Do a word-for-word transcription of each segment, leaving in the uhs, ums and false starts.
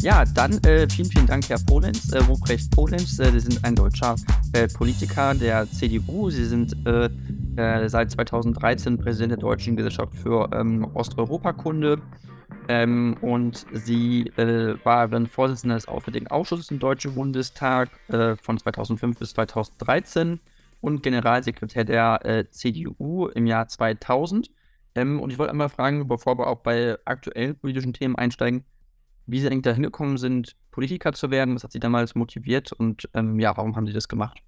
Ja, dann äh, vielen, vielen Dank, Herr Polenz, äh, Ruprecht Polenz. Äh, Sie sind ein deutscher äh, Politiker der C D U. Sie sind äh, äh, seit zweitausenddreizehn Präsident der Deutschen Gesellschaft für ähm, Osteuropakunde. Ähm, und Sie äh, waren Vorsitzender des Auswärtigen Ausschusses im Deutschen Bundestag äh, von zweitausendfünf bis zweitausenddreizehn und Generalsekretär der äh, C D U im Jahr zweitausend. Ähm, und ich wollte einmal fragen, bevor wir auch bei aktuellen politischen Themen einsteigen, wie Sie eigentlich dahin gekommen sind, Politiker zu werden. Was hat Sie damals motiviert und ähm, ja, warum haben Sie das gemacht?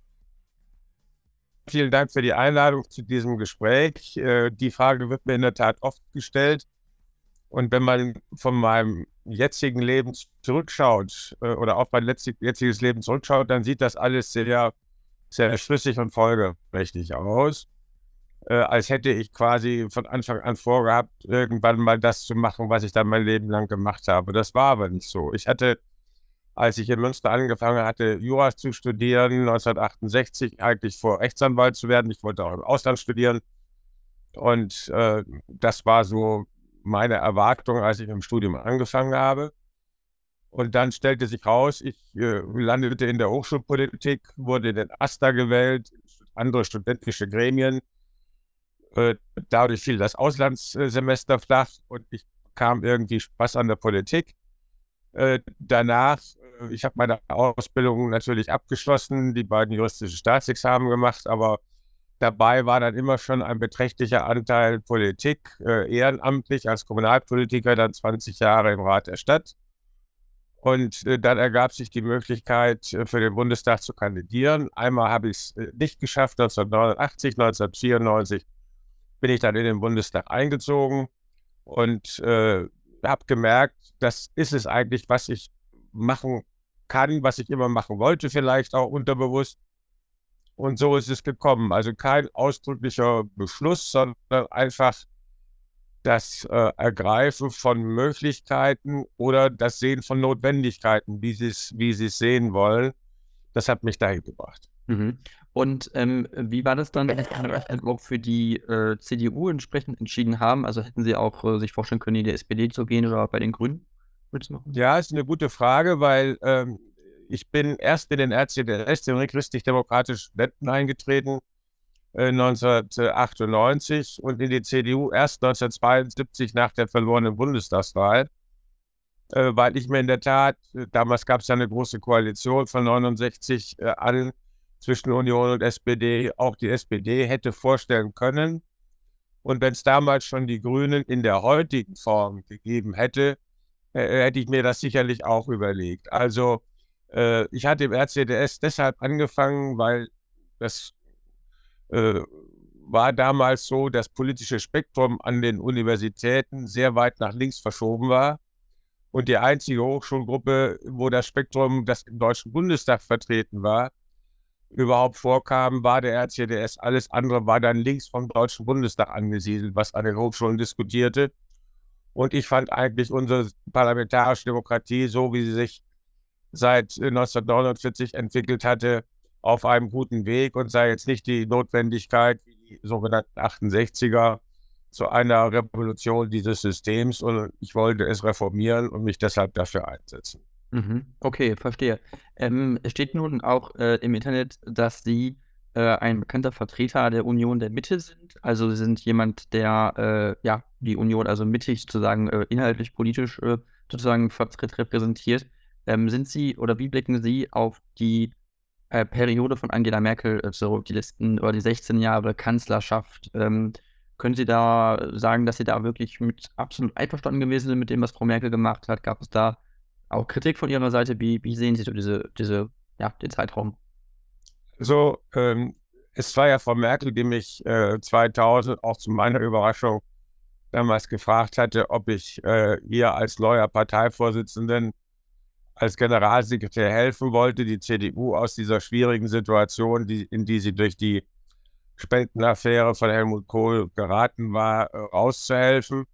Vielen Dank für die Einladung zu diesem Gespräch. Äh, die Frage wird mir in der Tat oft gestellt. Und wenn man von meinem jetzigen Leben zurückschaut äh, oder auf mein letzti- jetziges Leben zurückschaut, dann sieht das alles sehr, sehr schlüssig und folgerichtig aus. Äh, als hätte ich quasi von Anfang an vorgehabt, irgendwann mal das zu machen, was ich dann mein Leben lang gemacht habe. Das war aber nicht so. Ich hatte, als ich in Münster angefangen hatte, Jura zu studieren, neunzehnhundertachtundsechzig, eigentlich vor, Rechtsanwalt zu werden. Ich wollte auch im Ausland studieren. Und äh, das war so meine Erwartung, als ich im Studium angefangen habe. Und dann stellte sich raus, ich äh, landete in der Hochschulpolitik, wurde in den AStA gewählt, andere studentische Gremien. Äh, dadurch fiel das Auslandssemester flach und ich bekam irgendwie Spaß an der Politik. Äh, danach, äh, ich habe meine Ausbildung natürlich abgeschlossen, die beiden juristischen Staatsexamen gemacht, aber dabei war dann immer schon ein beträchtlicher Anteil Politik, äh, ehrenamtlich als Kommunalpolitiker, dann zwanzig Jahre im Rat der Stadt. Und äh, dann ergab sich die Möglichkeit, äh, für den Bundestag zu kandidieren. Einmal habe ich es äh, nicht geschafft, neunzehnhundertneunundachtzig, neunzehnhundertvierundneunzig bin ich dann in den Bundestag eingezogen und äh, habe gemerkt, das ist es eigentlich, was ich machen kann, was ich immer machen wollte, vielleicht auch unterbewusst. Und so ist es gekommen. Also kein ausdrücklicher Beschluss, sondern einfach das äh, Ergreifen von Möglichkeiten oder das Sehen von Notwendigkeiten, wie sie es wie sie es sehen wollen. Das hat mich dahin gebracht. Mhm. Und ähm, wie war das dann, wenn Sie sich auch für die äh, C D U entsprechend entschieden haben? Also hätten Sie auch äh, sich vorstellen können, in die S P D zu gehen oder bei den Grünen mitzumachen? Ja, ist eine gute Frage, weil ähm, ich bin erst in den R C D S, den Christlich-Demokratischen Studenten, eingetreten, äh, neunzehnhundertachtundneunzig und in die C D U erst neunzehnhundertzweiundsiebzig nach der verlorenen Bundestagswahl, äh, weil ich mir in der Tat, äh, damals gab es ja eine große Koalition von neunundsechzig äh, an zwischen Union und S P D, auch die S P D hätte vorstellen können. Und wenn es damals schon die Grünen in der heutigen Form gegeben hätte, äh, hätte ich mir das sicherlich auch überlegt. Also äh, ich hatte im R C D S deshalb angefangen, weil das äh, war damals so, das politische Spektrum an den Universitäten sehr weit nach links verschoben war. Und die einzige Hochschulgruppe, wo das Spektrum, das im Deutschen Bundestag vertreten war, überhaupt vorkam, war der R C D S. Alles andere war dann links vom Deutschen Bundestag angesiedelt, was an den Hochschulen diskutierte. Und ich fand eigentlich unsere parlamentarische Demokratie, so wie sie sich seit neunzehnhundertneunundvierzig entwickelt hatte, auf einem guten Weg und sah jetzt nicht die Notwendigkeit, wie die sogenannten achtundsechziger, zu einer Revolution dieses Systems. Und ich wollte es reformieren und mich deshalb dafür einsetzen. Mhm. Okay, verstehe. Ähm, es steht nun auch äh, im Internet, dass Sie äh, ein bekannter Vertreter der Union der Mitte sind. Also Sie sind jemand, der äh, ja die Union also mittig sozusagen äh, inhaltlich, politisch äh, sozusagen vertritt, repräsentiert. Ähm, sind Sie oder wie blicken Sie auf die äh, Periode von Angela Merkel äh, zurück, die letzten oder die sechzehn Jahre Kanzlerschaft? Ähm, können Sie da sagen, dass Sie da wirklich mit absolut einverstanden gewesen sind mit dem, was Frau Merkel gemacht hat? Gab es da auch Kritik von Ihrer Seite? Wie, wie sehen Sie so diese, diese, ja, den Zeitraum? So, ähm, es war ja Frau Merkel, die mich äh, zweitausend auch zu meiner Überraschung damals gefragt hatte, ob ich äh, ihr als neuer Parteivorsitzenden, als Generalsekretär helfen wollte, die C D U aus dieser schwierigen Situation, die, in die sie durch die Spendenaffäre von Helmut Kohl geraten war, äh, rauszuhelfen.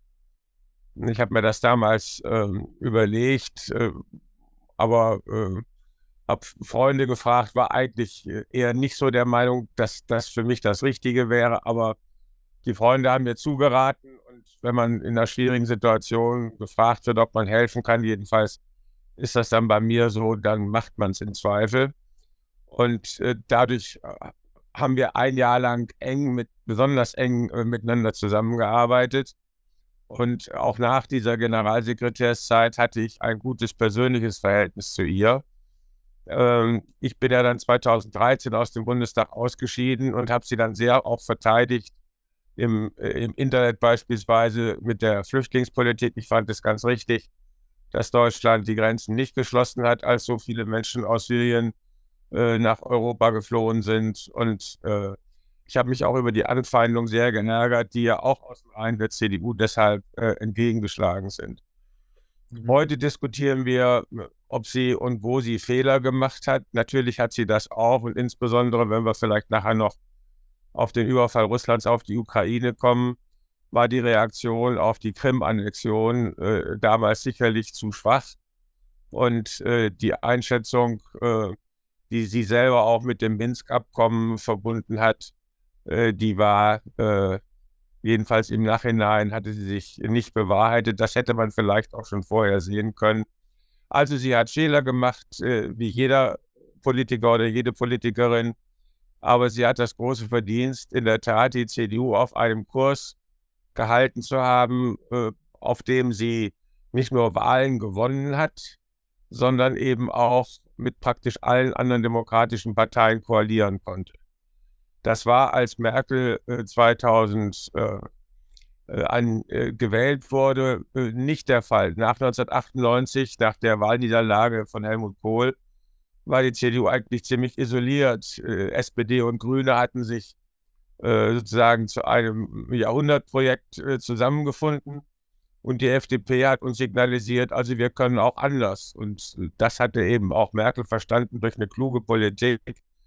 Ich habe mir das damals ähm, überlegt, äh, aber äh, habe Freunde gefragt, war eigentlich eher nicht so der Meinung, dass das für mich das Richtige wäre, aber die Freunde haben mir zugeraten und wenn man in einer schwierigen Situation gefragt wird, ob man helfen kann, jedenfalls ist das dann bei mir so, dann macht man es im Zweifel. Und äh, dadurch äh, haben wir ein Jahr lang eng, mit, besonders eng äh, miteinander zusammengearbeitet. Und auch nach dieser Generalsekretärszeit hatte ich ein gutes persönliches Verhältnis zu ihr. Ähm, ich bin ja dann zweitausenddreizehn aus dem Bundestag ausgeschieden und habe sie dann sehr auch verteidigt, im, äh, im Internet beispielsweise mit der Flüchtlingspolitik. Ich fand es ganz richtig, dass Deutschland die Grenzen nicht geschlossen hat, als so viele Menschen aus Syrien äh, nach Europa geflohen sind. Und äh, ich habe mich auch über die Anfeindung sehr geärgert, die ja auch aus dem Reihen der C D U deshalb äh, entgegengeschlagen sind. Mhm. Heute diskutieren wir, ob sie und wo sie Fehler gemacht hat. Natürlich hat sie das auch, und insbesondere, wenn wir vielleicht nachher noch auf den Überfall Russlands auf die Ukraine kommen, war die Reaktion auf die Krim-Annexion äh, damals sicherlich zu schwach. Und äh, die Einschätzung, äh, die sie selber auch mit dem Minsk-Abkommen verbunden hat, äh, die war äh, jedenfalls im Nachhinein, hatte sie sich nicht bewahrheitet. Das hätte man vielleicht auch schon vorher sehen können. Also sie hat Fehler gemacht, äh, wie jeder Politiker oder jede Politikerin. Aber sie hat das große Verdienst, in der Tat die C D U auf einem Kurs gehalten zu haben, äh, auf dem sie nicht nur Wahlen gewonnen hat, sondern eben auch mit praktisch allen anderen demokratischen Parteien koalieren konnte. Das war, als Merkel äh, zweitausend äh, äh, an, äh, gewählt wurde, äh, nicht der Fall. Nach neunzehnhundertachtundneunzig, nach der Wahlniederlage von Helmut Kohl, war die C D U eigentlich ziemlich isoliert. Äh, S P D und Grüne hatten sich äh, sozusagen zu einem Jahrhundertprojekt äh, zusammengefunden. Und die F D P hat uns signalisiert, also wir können auch anders. Und das hatte eben auch Merkel verstanden, durch eine kluge Politik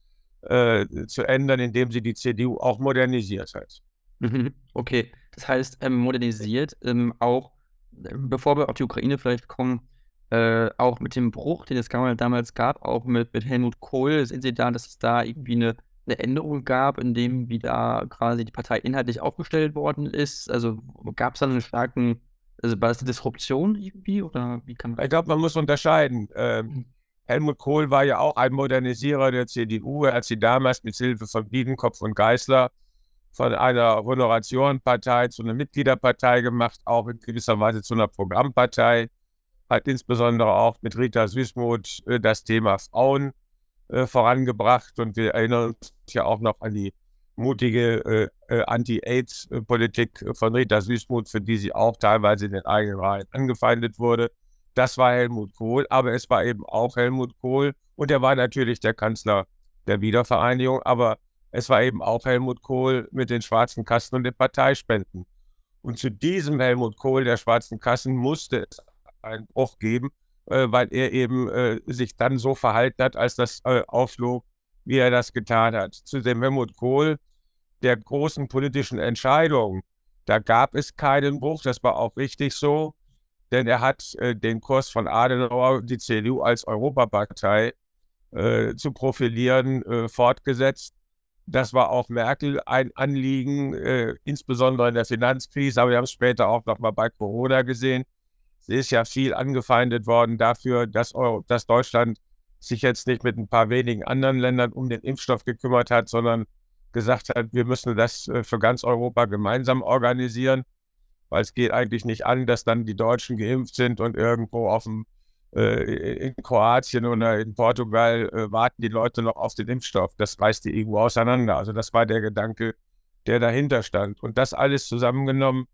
äh, zu ändern, indem sie die C D U auch modernisiert hat. Mhm. Okay, das heißt, ähm, modernisiert, ähm, auch, äh, bevor wir auf die Ukraine vielleicht kommen, äh, auch mit dem Bruch, den es gam damals gab, auch mit mit Helmut Kohl, sehen Sie da, dass es da irgendwie 'ne 'ne Änderung gab, in dem, wie da quasi die Partei inhaltlich aufgestellt worden ist? Also, gab's da 'nen starken, also, war das 'ne Disruption irgendwie, oder wie kann man Ich glaube, man muss unterscheiden. Ähm, Mhm. Helmut Kohl war ja auch ein Modernisierer der C D U. Er hat sie damals mit Hilfe von Biedenkopf und Geißler von einer Honoratiorenpartei zu einer Mitgliederpartei gemacht, auch in gewisser Weise zu einer Programmpartei. Hat insbesondere auch mit Rita Süssmuth äh, das Thema Frauen äh, vorangebracht. Und wir erinnern uns ja auch noch an die mutige äh, äh, Anti-AIDS-Politik von Rita Süssmuth, für die sie auch teilweise in den eigenen Reihen angefeindet wurde. Das war Helmut Kohl, aber es war eben auch Helmut Kohl, und er war natürlich der Kanzler der Wiedervereinigung, aber es war eben auch Helmut Kohl mit den schwarzen Kassen und den Parteispenden. Und zu diesem Helmut Kohl der schwarzen Kassen musste es einen Bruch geben, äh, weil er eben äh, sich dann so verhalten hat, als das äh, auflog, wie er das getan hat. Zu dem Helmut Kohl der großen politischen Entscheidungen, da gab es keinen Bruch, das war auch richtig so, denn er hat äh, den Kurs von Adenauer, die C D U als Europapartei äh, zu profilieren, äh, fortgesetzt. Das war auch Merkel ein Anliegen, äh, insbesondere in der Finanzkrise, aber wir haben es später auch noch mal bei Corona gesehen. Sie ist ja viel angefeindet worden dafür, dass, Euro, dass Deutschland sich jetzt nicht mit ein paar wenigen anderen Ländern um den Impfstoff gekümmert hat, sondern gesagt hat, wir müssen das äh, für ganz Europa gemeinsam organisieren, weil es geht eigentlich nicht an, dass dann die Deutschen geimpft sind und irgendwo auf dem, äh, in Kroatien oder in Portugal äh, warten die Leute noch auf den Impfstoff. Das reißt die E U auseinander. Also das war der Gedanke, der dahinter stand. Und das alles zusammengenommen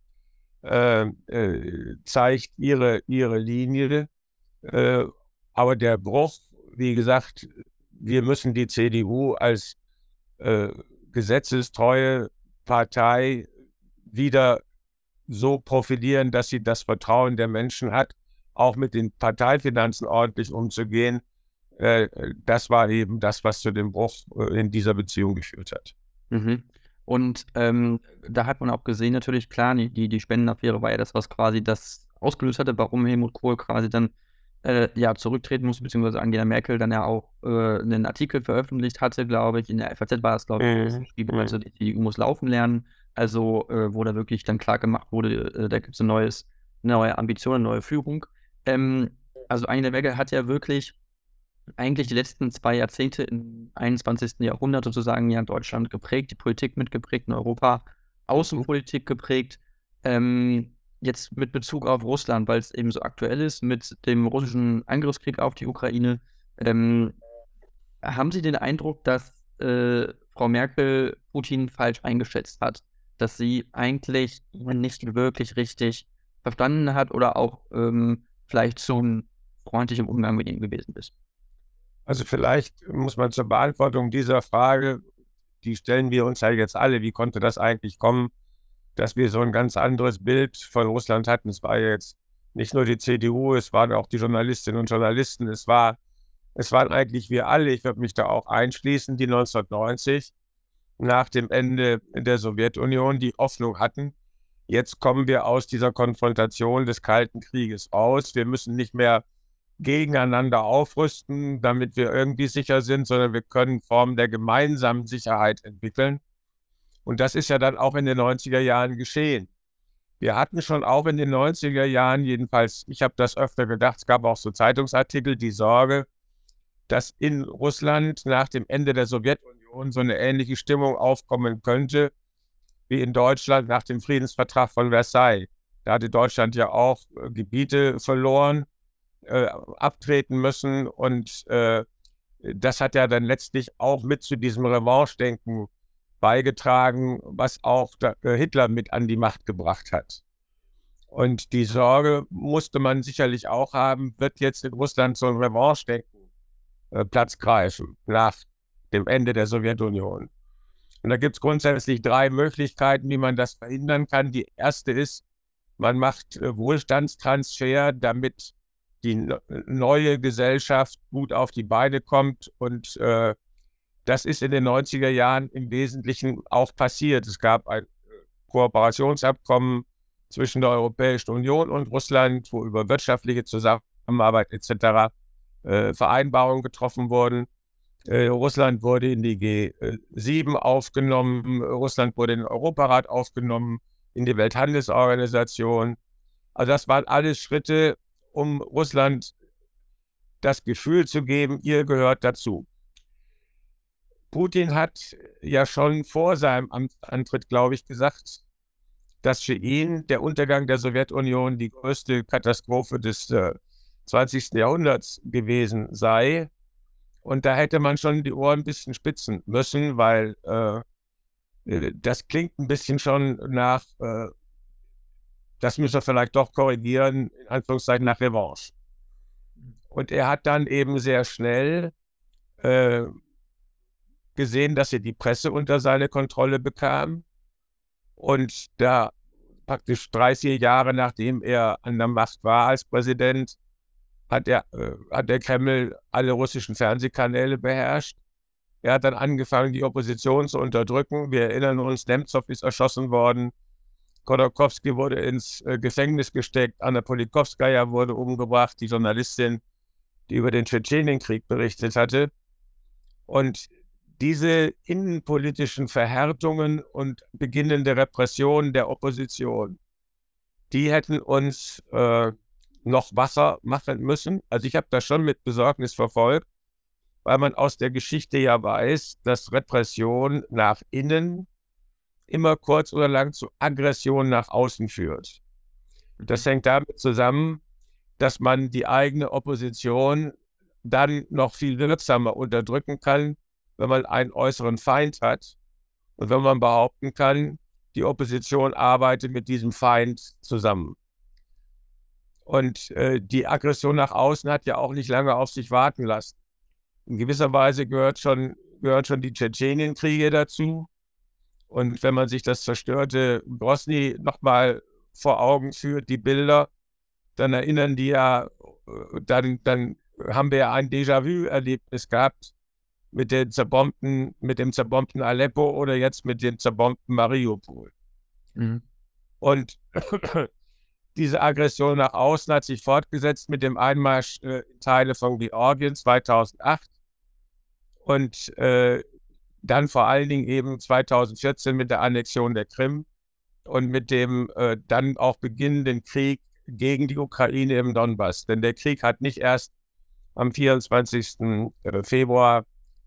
äh, äh, zeigt ihre, ihre Linie. Äh, aber der Bruch, wie gesagt, wir müssen die C D U als äh, gesetzestreue Partei wieder so profilieren, dass sie das Vertrauen der Menschen hat, auch mit den Parteifinanzen ordentlich umzugehen. Äh, das war eben das, was zu dem Bruch äh, in dieser Beziehung geführt hat. Mhm. Und, ähm, da hat man auch gesehen natürlich, klar, die die die Spendenaffäre war ja das, was quasi das ausgelöst hatte, warum Helmut Kohl quasi dann, äh, ja, zurücktreten musste, beziehungsweise Angela Merkel dann ja auch, äh, 'nen Artikel veröffentlicht hatte, glaube ich. In der F A Z war das, glaube ich, wo das Mhm. geschrieben Mhm. hatte, die C D U muss laufen lernen. Also, äh, wo da wirklich dann klargemacht wurde, äh, da gibt's 'n neues 'ne neue Ambition, 'ne neue Führung. Ähm, also Angela Merkel hat ja wirklich eigentlich die letzten zwei Jahrzehnte im einundzwanzigsten Jahrhundert sozusagen ja Deutschland geprägt, die Politik mitgeprägt in Europa, Außenpolitik geprägt. Ähm, jetzt mit Bezug auf Russland, weil es eben so aktuell ist mit dem russischen Angriffskrieg auf die Ukraine. Ähm, haben Sie den Eindruck, dass äh, Frau Merkel Putin falsch eingeschätzt hat? Dass sie eigentlich ihn nicht wirklich richtig verstanden hat oder auch ähm, vielleicht so freundlich im Umgang mit ihm gewesen ist? Also vielleicht muss man zur Beantwortung dieser Frage, die stellen wir uns ja jetzt alle, wie konnte das eigentlich kommen, dass wir so ein ganz anderes Bild von Russland hatten. Es war ja jetzt nicht nur die C D U, es waren auch die Journalistinnen und Journalisten, es war, es waren eigentlich wir alle, ich würde mich da auch einschließen, die neunzehnhundertneunzig nach dem Ende der Sowjetunion die Hoffnung hatten, jetzt kommen wir aus dieser Konfrontation des Kalten Krieges raus. Wir müssen nicht mehr gegeneinander aufrüsten, damit wir irgendwie sicher sind, sondern wir können Formen der gemeinsamen Sicherheit entwickeln. Und das ist ja dann auch in den neunziger Jahren geschehen. Wir hatten schon auch in den neunziger Jahren, jedenfalls, ich habe das öfter gedacht, es gab auch so Zeitungsartikel, die Sorge, dass in Russland nach dem Ende der Sowjetunion so eine ähnliche Stimmung aufkommen könnte, wie in Deutschland nach dem Friedensvertrag von Versailles. Da hatte Deutschland ja auch äh, Gebiete verloren, äh, abtreten müssen und äh, das hat ja dann letztlich auch mit zu diesem Revanche-Denken beigetragen, was auch da, äh, Hitler mit an die Macht gebracht hat. Und die Sorge musste man sicherlich auch haben, wird jetzt in Russland so ein Revanche-Denken äh, Platz greifen nach dem Ende der Sowjetunion. Und da gibt es grundsätzlich drei Möglichkeiten, wie man das verhindern kann. Die erste ist, man macht äh, Wohlstandstransfer, damit die no- neue Gesellschaft gut auf die Beine kommt. Und äh, das ist in den neunziger Jahren im Wesentlichen auch passiert. Es gab ein Kooperationsabkommen zwischen der Europäischen Union und Russland, wo über wirtschaftliche Zusammenarbeit et cetera äh, Vereinbarungen getroffen wurden. Äh, Russland wurde in die G sieben aufgenommen, Russland wurde in den Europarat aufgenommen, in die Welthandelsorganisation. Also das waren alles Schritte, um Russland das Gefühl zu geben, ihr gehört dazu. Putin hat ja schon vor seinem Amtsantritt, glaube ich, gesagt, dass für ihn der Untergang der Sowjetunion die größte Katastrophe des äh, zwanzigsten Jahrhunderts gewesen sei. Und da hätte man schon die Ohren ein bisschen spitzen müssen, weil äh, das klingt ein bisschen schon nach, äh, das müssen wir vielleicht doch korrigieren, in Anführungszeichen nach Revanche. Und er hat dann eben sehr schnell äh, gesehen, dass er die Presse unter seine Kontrolle bekam. Und da praktisch dreißig Jahre nachdem er an der Macht war als Präsident, hat der, äh, hat der Kreml alle russischen Fernsehkanäle beherrscht. Er hat dann angefangen, die Opposition zu unterdrücken. Wir erinnern uns, Nemtsov ist erschossen worden, Khodorkovsky wurde ins äh, Gefängnis gesteckt, Anna Politkovskaja wurde umgebracht, die Journalistin, die über den Tschetschenienkrieg berichtet hatte. Und diese innenpolitischen Verhärtungen und beginnende Repression der Opposition, die hätten uns äh, noch Wasser machen müssen. Also ich habe das schon mit Besorgnis verfolgt, weil man aus der Geschichte ja weiß, dass Repression nach innen immer kurz oder lang zu Aggression nach außen führt. Das hängt damit zusammen, dass man die eigene Opposition dann noch viel wirksamer unterdrücken kann, wenn man einen äußeren Feind hat und wenn man behaupten kann, die Opposition arbeitet mit diesem Feind zusammen. Und äh, die Aggression nach außen hat ja auch nicht lange auf sich warten lassen. In gewisser Weise gehört schon, gehören schon die Tschetschenienkriege dazu. Und wenn man sich das zerstörte Grosny nochmal vor Augen führt, die Bilder, dann erinnern die ja, dann, dann haben wir ja ein Déjà-vu-Erlebnis gehabt mit, den zerbombten, mit dem zerbombten Aleppo oder jetzt mit dem zerbombten Mariupol. Mhm. Und diese Aggression nach außen hat sich fortgesetzt mit dem Einmarsch äh, in Teile von Georgien zweitausendacht und äh, dann vor allen Dingen eben zweitausendvierzehn mit der Annexion der Krim und mit dem äh, dann auch beginnenden Krieg gegen die Ukraine im Donbass. Denn der Krieg hat nicht erst am vierundzwanzigsten Februar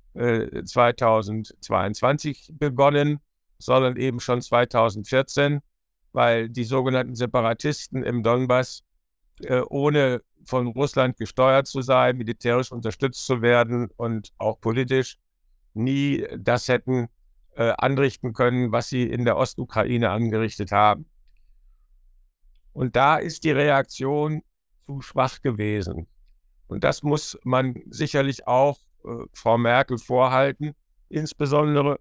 zweitausendzweiundzwanzig begonnen, sondern eben schon zweitausendvierzehn, weil die sogenannten Separatisten im Donbass, äh, ohne von Russland gesteuert zu sein, militärisch unterstützt zu werden und auch politisch, nie das hätten äh, anrichten können, was sie in der Ostukraine angerichtet haben. Und da ist die Reaktion zu schwach gewesen. Und das muss man sicherlich auch äh, Frau Merkel vorhalten, insbesondere,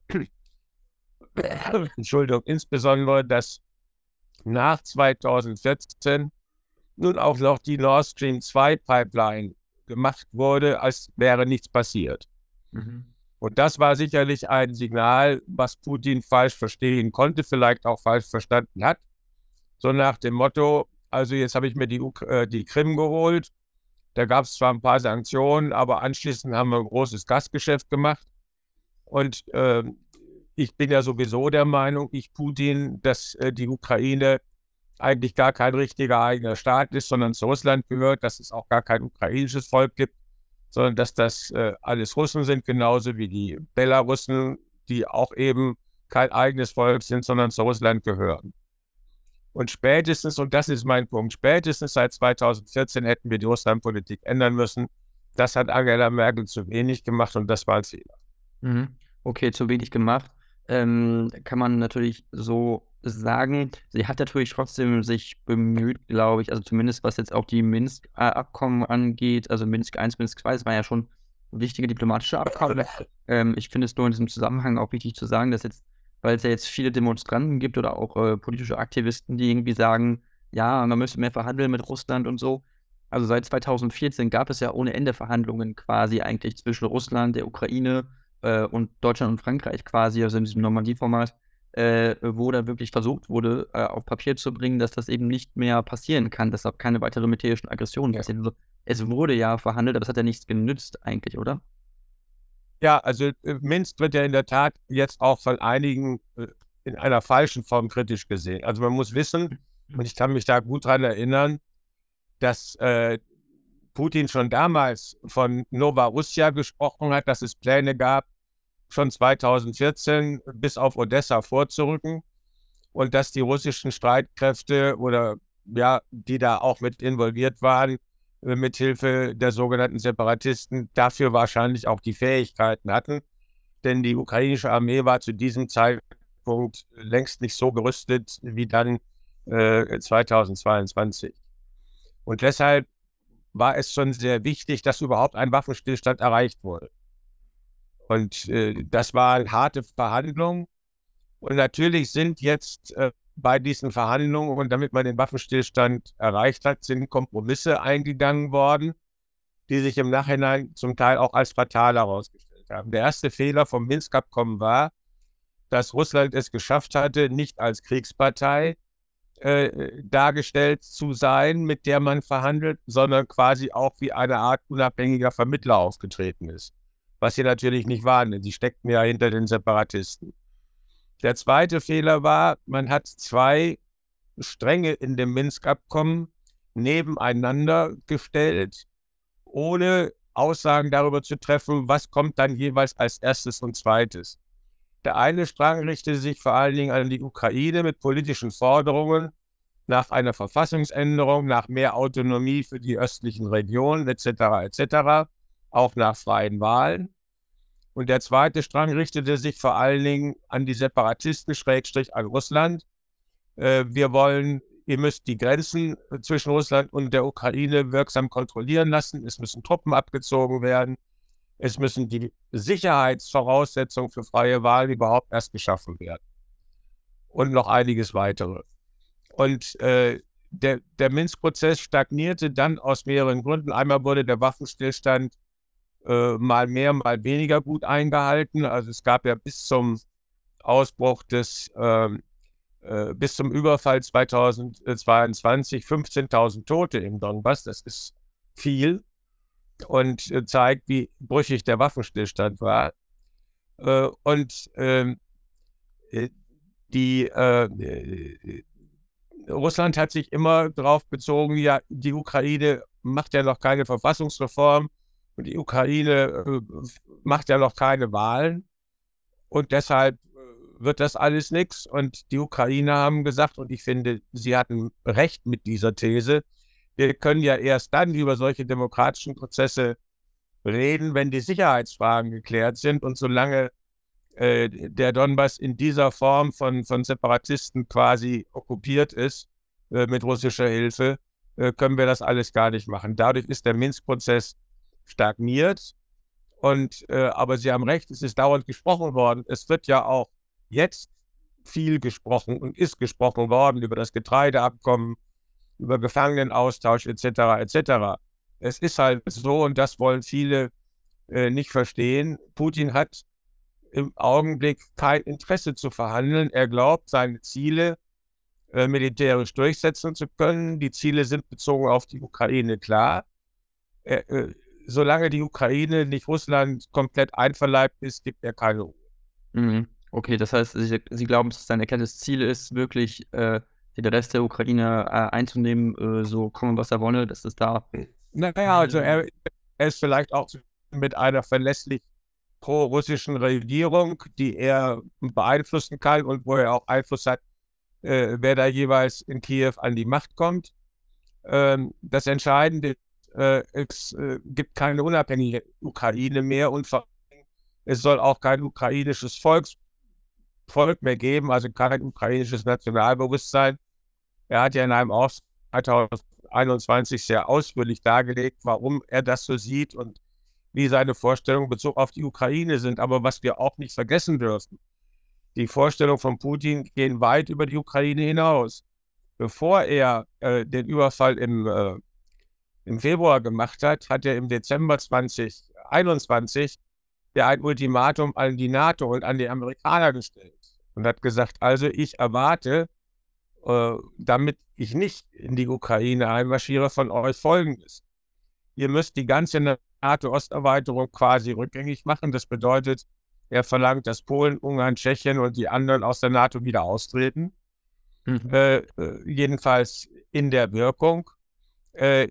Entschuldigung, insbesondere, dass nach zweitausendvierzehn nun auch noch die Nord Stream zwei Pipeline gemacht wurde, als wäre nichts passiert. Mhm. Und das war sicherlich ein Signal, was Putin falsch verstehen konnte, vielleicht auch falsch verstanden hat. So nach dem Motto, also jetzt habe ich mir die, äh, die Krim geholt, da gab es zwar ein paar Sanktionen, aber anschließend haben wir ein großes Gasgeschäft gemacht. Und äh, ich bin ja sowieso der Meinung, ich Putin, dass äh, die Ukraine eigentlich gar kein richtiger eigener Staat ist, sondern zu Russland gehört, dass es auch gar kein ukrainisches Volk gibt, sondern dass das äh, alles Russen sind, genauso wie die Belarussen, die auch eben kein eigenes Volk sind, sondern zu Russland gehören. Und spätestens, und das ist mein Punkt, spätestens seit zweitausendvierzehn hätten wir die Russlandpolitik ändern müssen. Das hat Angela Merkel zu wenig gemacht und das war ein Fehler. Mhm. Okay, zu wenig gemacht. Ähm, kann man natürlich so sagen. Sie hat natürlich trotzdem sich bemüht, glaube ich, also zumindest was jetzt auch die Minsk-Abkommen angeht, also Minsk eins, Minsk zwei, das waren ja schon wichtige diplomatische Abkommen. Ähm, ich finde es nur in diesem Zusammenhang auch wichtig zu sagen, dass jetzt, weil es ja jetzt viele Demonstranten gibt oder auch äh, politische Aktivisten, die irgendwie sagen, ja, man müsste mehr verhandeln mit Russland und so. Also seit zweitausendvierzehn gab es ja ohne Ende Verhandlungen quasi eigentlich zwischen Russland, der Ukraine äh, und Deutschland und Frankreich quasi, also in diesem Normandie-Format, äh, wo da wirklich versucht wurde, äh, auf Papier zu bringen, dass das eben nicht mehr passieren kann, dass auch keine weitere militärischen Aggressionen Ja. passieren. Also, es wurde ja verhandelt, aber es hat ja nichts genützt eigentlich, oder? Ja, also äh, Minsk wird ja in der Tat jetzt auch von einigen äh, in einer falschen Form kritisch gesehen. Also man muss wissen, und ich kann mich da gut dran erinnern, dass äh, Putin schon damals von Novorussia gesprochen hat, dass es Pläne gab, schon zweitausendvierzehn bis auf Odessa vorzurücken und dass die russischen Streitkräfte oder ja, die da auch mit involviert waren, äh, mit Hilfe der sogenannten Separatisten dafür wahrscheinlich auch die Fähigkeiten hatten, denn die ukrainische Armee war zu diesem Zeitpunkt längst nicht so gerüstet wie dann äh, zweitausendzweiundzwanzig. Und deshalb war es schon sehr wichtig, dass überhaupt ein Waffenstillstand erreicht wurde. Und äh, das waren harte Verhandlungen. Und natürlich sind jetzt äh, bei diesen Verhandlungen, und damit man den Waffenstillstand erreicht hat, sind Kompromisse eingegangen worden, die sich im Nachhinein zum Teil auch als fatal herausgestellt haben. Der erste Fehler vom Minsk-Abkommen war, dass Russland es geschafft hatte, nicht als Kriegspartei äh, dargestellt zu sein, mit der man verhandelt, sondern quasi auch wie eine Art unabhängiger Vermittler aufgetreten ist. Was sie natürlich nicht waren, denn sie steckten ja hinter den Separatisten. Der zweite Fehler war, man hat zwei Stränge in dem Minsk-Abkommen nebeneinander gestellt, ohne Aussagen darüber zu treffen, was kommt dann jeweils als erstes und zweites. Der eine Strang richtete sich vor allen Dingen an die Ukraine mit politischen Forderungen nach einer Verfassungsänderung, nach mehr Autonomie für die östlichen Regionen et cetera et cetera, auch nach freien Wahlen. Und der zweite Strang richtete sich vor allen Dingen an die Separatisten, Schrägstrich an Russland. Äh, wir wollen, ihr müsst die Grenzen zwischen Russland und der Ukraine wirksam kontrollieren lassen. Es müssen Truppen abgezogen werden. Es müssen die Sicherheitsvoraussetzungen für freie Wahlen überhaupt erst geschaffen werden. Und noch einiges weitere. Und äh, der, der Minsk-Prozess stagnierte dann aus mehreren Gründen. Einmal wurde der Waffenstillstand äh, mal mehr, mal weniger gut eingehalten. Also es gab ja bis zum Ausbruch des, äh, äh, bis zum Überfall zweitausendzweiundzwanzig fünfzehntausend Tote im Donbass. Das ist viel und äh, zeigt, wie brüchig der Waffenstillstand war. Äh, und äh, die, äh, Russland hat sich immer darauf bezogen, ja, die Ukraine macht ja noch keine Verfassungsreform und die Ukraine äh, macht ja noch keine Wahlen und deshalb äh, wird das alles nichts. Und die Ukrainer haben gesagt, und ich finde, sie hatten recht mit dieser These, wir können ja erst dann über solche demokratischen Prozesse reden, wenn die Sicherheitsfragen geklärt sind. Und solange äh, der Donbass in dieser Form von, von Separatisten quasi okkupiert ist, äh, mit russischer Hilfe, äh, können wir das alles gar nicht machen. Dadurch ist der Minsk-Prozess stagniert. Und, äh, aber Sie haben recht, es ist dauernd gesprochen worden. Es wird ja auch jetzt viel gesprochen und ist gesprochen worden über das Getreideabkommen, über Gefangenenaustausch et cetera et cetera. Es ist halt so, und das wollen viele äh, nicht verstehen, Putin hat im Augenblick kein Interesse zu verhandeln. Er glaubt, seine Ziele äh, militärisch durchsetzen zu können. Die Ziele sind bezogen auf die Ukraine klar. Er, äh, solange die Ukraine nicht Russland komplett einverleibt ist, gibt er keine Ruhe. Mhm. Okay, das heißt, Sie, Sie glauben, dass sein erkenntes Ziel ist, wirklich äh, den Rest der Ukraine äh, einzunehmen, äh, so kommen, was er wolle, dass es da... Naja, also er, er ist vielleicht auch mit einer verlässlich pro-russischen Regierung, die er beeinflussen kann und wo er auch Einfluss hat, äh, wer da jeweils in Kiew an die Macht kommt. Ähm, das Entscheidende äh, es äh, gibt keine unabhängige Ukraine mehr und vor allem, es soll auch kein ukrainisches Volks, Volk mehr geben, also kein ukrainisches Nationalbewusstsein. Er hat ja in einem Aufsatz zweitausendeinundzwanzig sehr ausführlich dargelegt, warum er das so sieht und wie seine Vorstellungen bezogen auf die Ukraine sind. Aber was wir auch nicht vergessen dürfen, die Vorstellungen von Putin gehen weit über die Ukraine hinaus. Bevor er äh, den Überfall im, äh, im Februar gemacht hat, hat er im Dezember zweitausendeinundzwanzig ja ein Ultimatum an die NATO und an die Amerikaner gestellt und hat gesagt, also ich erwarte, äh, damit ich nicht in die Ukraine einmarschiere, von euch Folgendes. Ihr müsst die ganze NATO-Osterweiterung quasi rückgängig machen. Das bedeutet, er verlangt, dass Polen, Ungarn, Tschechien und die anderen aus der NATO wieder austreten. Mhm. Äh, jedenfalls in der Wirkung. Äh,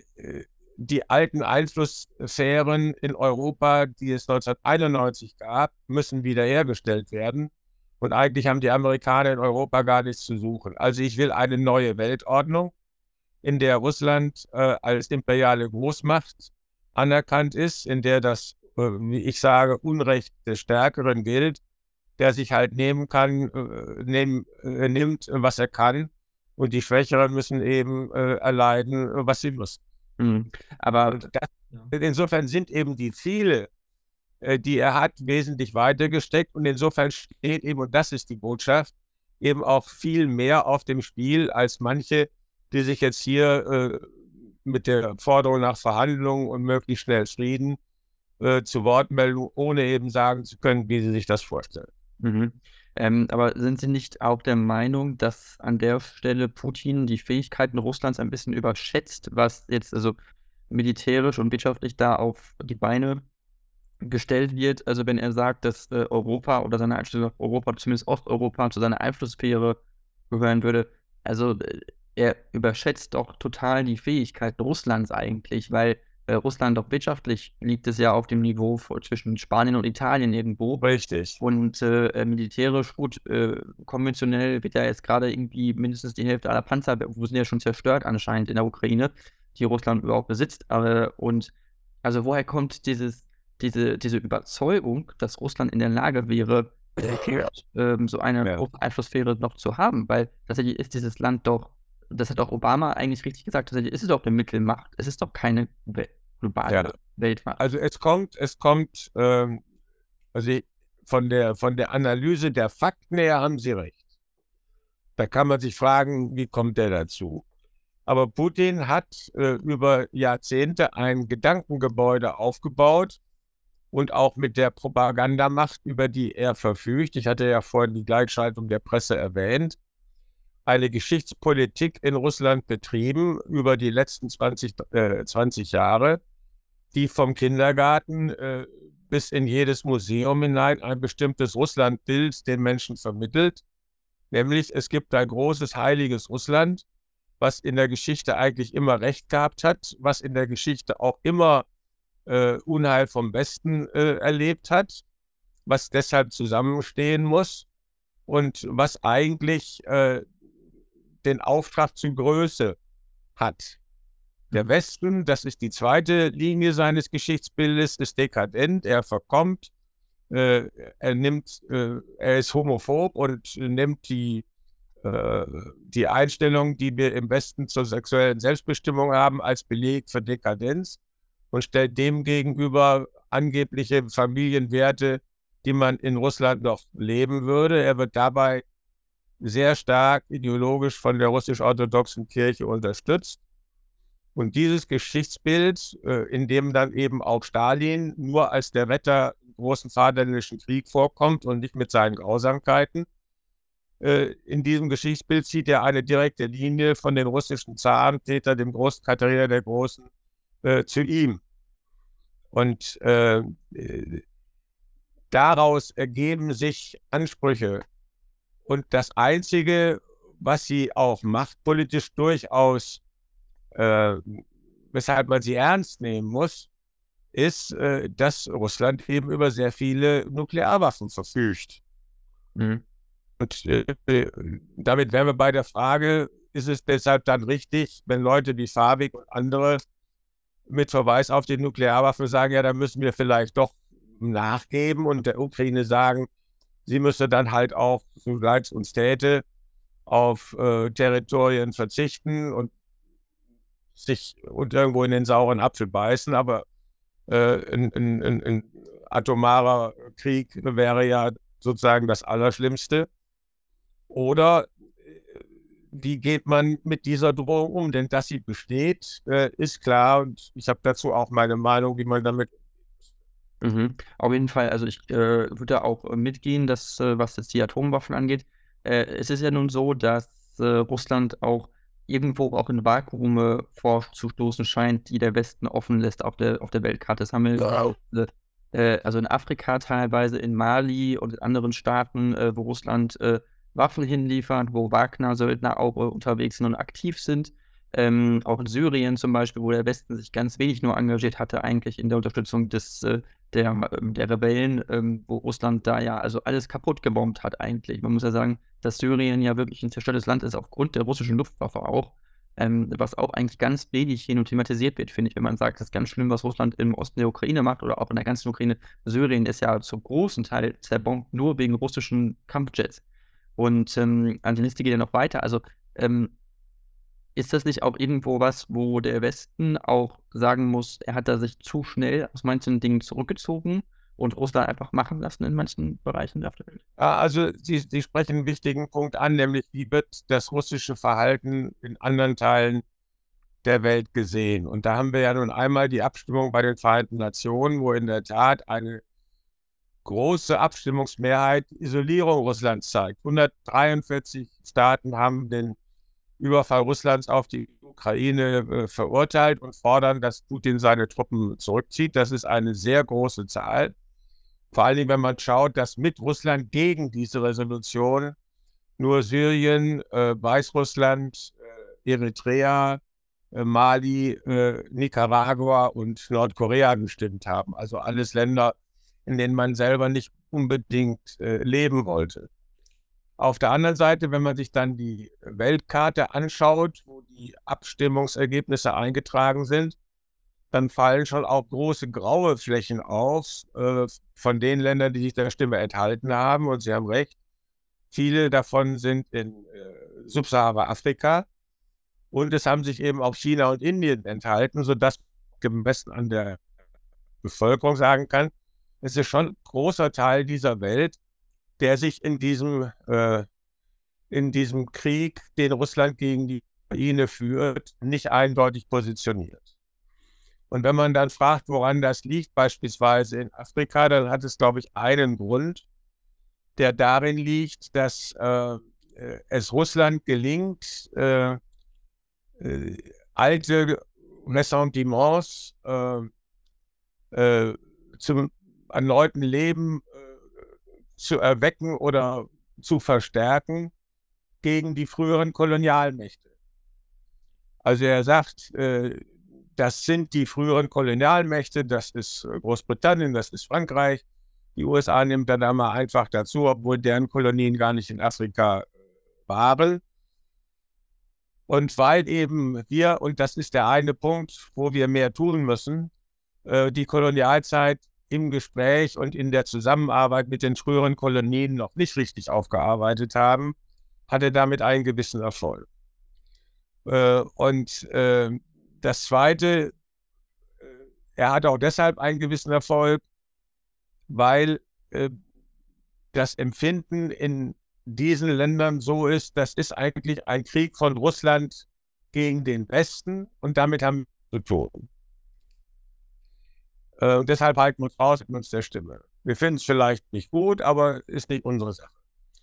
die alten Einflusssphären in Europa, die es neunzehnhunderteinundneunzig gab, müssen wiederhergestellt werden. Und eigentlich haben die Amerikaner in Europa gar nichts zu suchen. Also ich will eine neue Weltordnung, in der Russland äh, als imperiale Großmacht anerkannt ist, in der das, äh, wie ich sage, Unrecht des Stärkeren gilt, der sich halt nehmen kann, äh, nehm, äh, nimmt, was er kann. Und die Schwächeren müssen eben äh, erleiden, was sie müssen. Mhm. Aber das, insofern sind eben die Ziele, äh, die er hat, wesentlich weiter gesteckt. Und insofern steht eben, und das ist die Botschaft, eben auch viel mehr auf dem Spiel als manche, die sich jetzt hier äh, mit der Forderung nach Verhandlungen und möglichst schnell Frieden äh, zu Wort melden, ohne eben sagen zu können, wie sie sich das vorstellen. Mhm. Ähm, aber sind Sie nicht auch der Meinung, dass an der Stelle Putin die Fähigkeiten Russlands ein bisschen überschätzt, was jetzt also militärisch und wirtschaftlich da auf die Beine gestellt wird? Also wenn er sagt, dass äh, Europa oder seine Einstellung auf Europa, zumindest Osteuropa, zu seiner Einflusssphäre gehören würde, also äh, er überschätzt doch total die Fähigkeiten Russlands eigentlich, weil äh, Russland doch wirtschaftlich liegt es ja auf dem Niveau vor, zwischen Spanien und Italien irgendwo. Richtig. Und äh, militärisch gut, äh, konventionell wird ja jetzt gerade irgendwie mindestens die Hälfte aller Panzer, wo sind ja schon zerstört anscheinend in der Ukraine, die Russland überhaupt besitzt. Äh, und also woher kommt dieses, diese, diese Überzeugung, dass Russland in der Lage wäre, äh, so eine Ja. Einflusssphäre noch zu haben? Weil tatsächlich ist dieses Land doch, das hat auch Obama eigentlich richtig gesagt, tatsächlich ist es doch eine Mittelmacht, es ist doch keine we- globale Ja. Weltmacht. Also es kommt, es kommt, ähm, also von der, von der Analyse der Fakten her haben Sie recht. Da kann man sich fragen, wie kommt der dazu? Aber Putin hat äh, über Jahrzehnte ein Gedankengebäude aufgebaut und auch mit der Propagandamacht, über die er verfügt. Ich hatte ja vorhin die Gleichschaltung der Presse erwähnt. Eine Geschichtspolitik in Russland betrieben über die letzten zwanzig, äh, zwanzig Jahre, die vom Kindergarten äh, bis in jedes Museum hinein ein bestimmtes Russlandbild den Menschen vermittelt. Nämlich, es gibt ein großes, heiliges Russland, was in der Geschichte eigentlich immer recht gehabt hat, was in der Geschichte auch immer äh, Unheil vom Westen äh, erlebt hat, was deshalb zusammenstehen muss und was eigentlich äh, den Auftrag zur Größe hat. Der Westen, das ist die zweite Linie seines Geschichtsbildes, ist dekadent, er verkommt, äh, er nimmt, äh, er ist homophob und nimmt die, äh, die Einstellung, die wir im Westen zur sexuellen Selbstbestimmung haben, als Beleg für Dekadenz und stellt dem gegenüber angebliche Familienwerte, die man in Russland noch leben würde. Er wird dabei sehr stark ideologisch von der russisch-orthodoxen Kirche unterstützt. Und dieses Geschichtsbild, äh, in dem dann eben auch Stalin nur als der Retter im großen Vaterländischen Krieg vorkommt und nicht mit seinen Grausamkeiten, äh, in diesem Geschichtsbild zieht er eine direkte Linie von den russischen Zaren, Peter dem Großen, Katharina der Großen, äh, zu ihm. Und äh, daraus ergeben sich Ansprüche. Und das Einzige, was sie auch machtpolitisch durchaus Äh, weshalb man sie ernst nehmen muss, ist, äh, dass Russland eben über sehr viele Nuklearwaffen verfügt. Mhm. Und äh, damit wären wir bei der Frage, ist es deshalb dann richtig, wenn Leute wie Fabik und andere mit Verweis auf die Nuklearwaffen sagen, ja, da müssen wir vielleicht doch nachgeben und der Ukraine sagen, sie müsse dann halt auch, so leid es uns täte, auf äh, Territorien verzichten und sich und irgendwo in den sauren Apfel beißen, aber äh, ein, ein, ein, ein atomarer Krieg wäre ja sozusagen das Allerschlimmste. Oder wie geht man mit dieser Drohung um? Denn dass sie besteht, äh, ist klar und ich habe dazu auch meine Meinung, wie man damit. Mhm. Auf jeden Fall, also ich äh, würde da auch äh, mitgehen, dass, äh, was jetzt die Atomwaffen angeht. Äh, es ist ja nun so, dass äh, Russland auch irgendwo auch in Vakuume vorzustoßen scheint, die der Westen offen lässt auf der, auf der Weltkarte. Das haben wir Ja. äh, also in Afrika teilweise, in Mali und in anderen Staaten, äh, wo Russland äh, Waffen hinliefert, wo Wagner-Söldner auch äh, unterwegs sind und aktiv sind. Ähm, auch in Syrien zum Beispiel, wo der Westen sich ganz wenig nur engagiert hatte, eigentlich in der Unterstützung des, äh, der, ähm, der Rebellen, ähm, wo Russland da ja also alles kaputt gebombt hat eigentlich. Man muss ja sagen, dass Syrien ja wirklich ein zerstörtes Land ist, aufgrund der russischen Luftwaffe auch, ähm, was auch eigentlich ganz wenig hin und thematisiert wird, finde ich, wenn man sagt, das ist ganz schlimm, was Russland im Osten der Ukraine macht oder auch in der ganzen Ukraine. Syrien ist ja zum großen Teil zerbombt, nur wegen russischen Kampfjets. Und ähm, an die Liste geht ja noch weiter. Also ähm, ist das nicht auch irgendwo was, wo der Westen auch sagen muss, er hat da sich zu schnell aus manchen Dingen zurückgezogen und Russland einfach machen lassen in manchen Bereichen auf der Welt? Ja, also Sie, Sie sprechen einen wichtigen Punkt an, nämlich wie wird das russische Verhalten in anderen Teilen der Welt gesehen. Und da haben wir ja nun einmal die Abstimmung bei den Vereinten Nationen, wo in der Tat eine große Abstimmungsmehrheit Isolierung Russlands zeigt. hundertdreiundvierzig Staaten haben den Überfall Russlands auf die Ukraine äh, verurteilt und fordern, dass Putin seine Truppen zurückzieht. Das ist eine sehr große Zahl. Vor allen Dingen, wenn man schaut, dass mit Russland gegen diese Resolution nur Syrien, äh, Weißrussland, äh, Eritrea, äh, Mali, äh, Nicaragua und Nordkorea gestimmt haben. Also alles Länder, in denen man selber nicht unbedingt äh, leben wollte. Auf der anderen Seite, wenn man sich dann die Weltkarte anschaut, wo die Abstimmungsergebnisse eingetragen sind, dann fallen schon auch große graue Flächen auf äh, von den Ländern, die sich der Stimme enthalten haben. Und Sie haben recht, viele davon sind in äh, Subsahara-Afrika. Und es haben sich eben auch China und Indien enthalten, sodass man am besten an der Bevölkerung sagen kann, es ist schon ein großer Teil dieser Welt, der sich in diesem, äh, in diesem Krieg, den Russland gegen die Ukraine führt, nicht eindeutig positioniert. Und wenn man dann fragt, woran das liegt, beispielsweise in Afrika, dann hat es, glaube ich, einen Grund, der darin liegt, dass äh, es Russland gelingt, äh, äh, alte Ressentiments äh, äh, zum erneuten Leben äh, zu erwecken oder zu verstärken gegen die früheren Kolonialmächte. Also er sagt, äh, das sind die früheren Kolonialmächte, das ist Großbritannien, das ist Frankreich. Die U S A nimmt dann einmal einfach dazu, obwohl deren Kolonien gar nicht in Afrika waren. Und weil eben wir, und das ist der eine Punkt, wo wir mehr tun müssen, äh, die Kolonialzeit im Gespräch und in der Zusammenarbeit mit den früheren Kolonien noch nicht richtig aufgearbeitet haben, hatte damit einen gewissen Erfolg. Äh, und äh, das Zweite, äh, er hat auch deshalb einen gewissen Erfolg, weil äh, das Empfinden in diesen Ländern so ist, das ist eigentlich ein Krieg von Russland gegen den Westen und damit haben wir zu tun. Äh, und deshalb halten wir uns raus mit uns der Stimme. Wir finden es vielleicht nicht gut, aber ist nicht unsere Sache.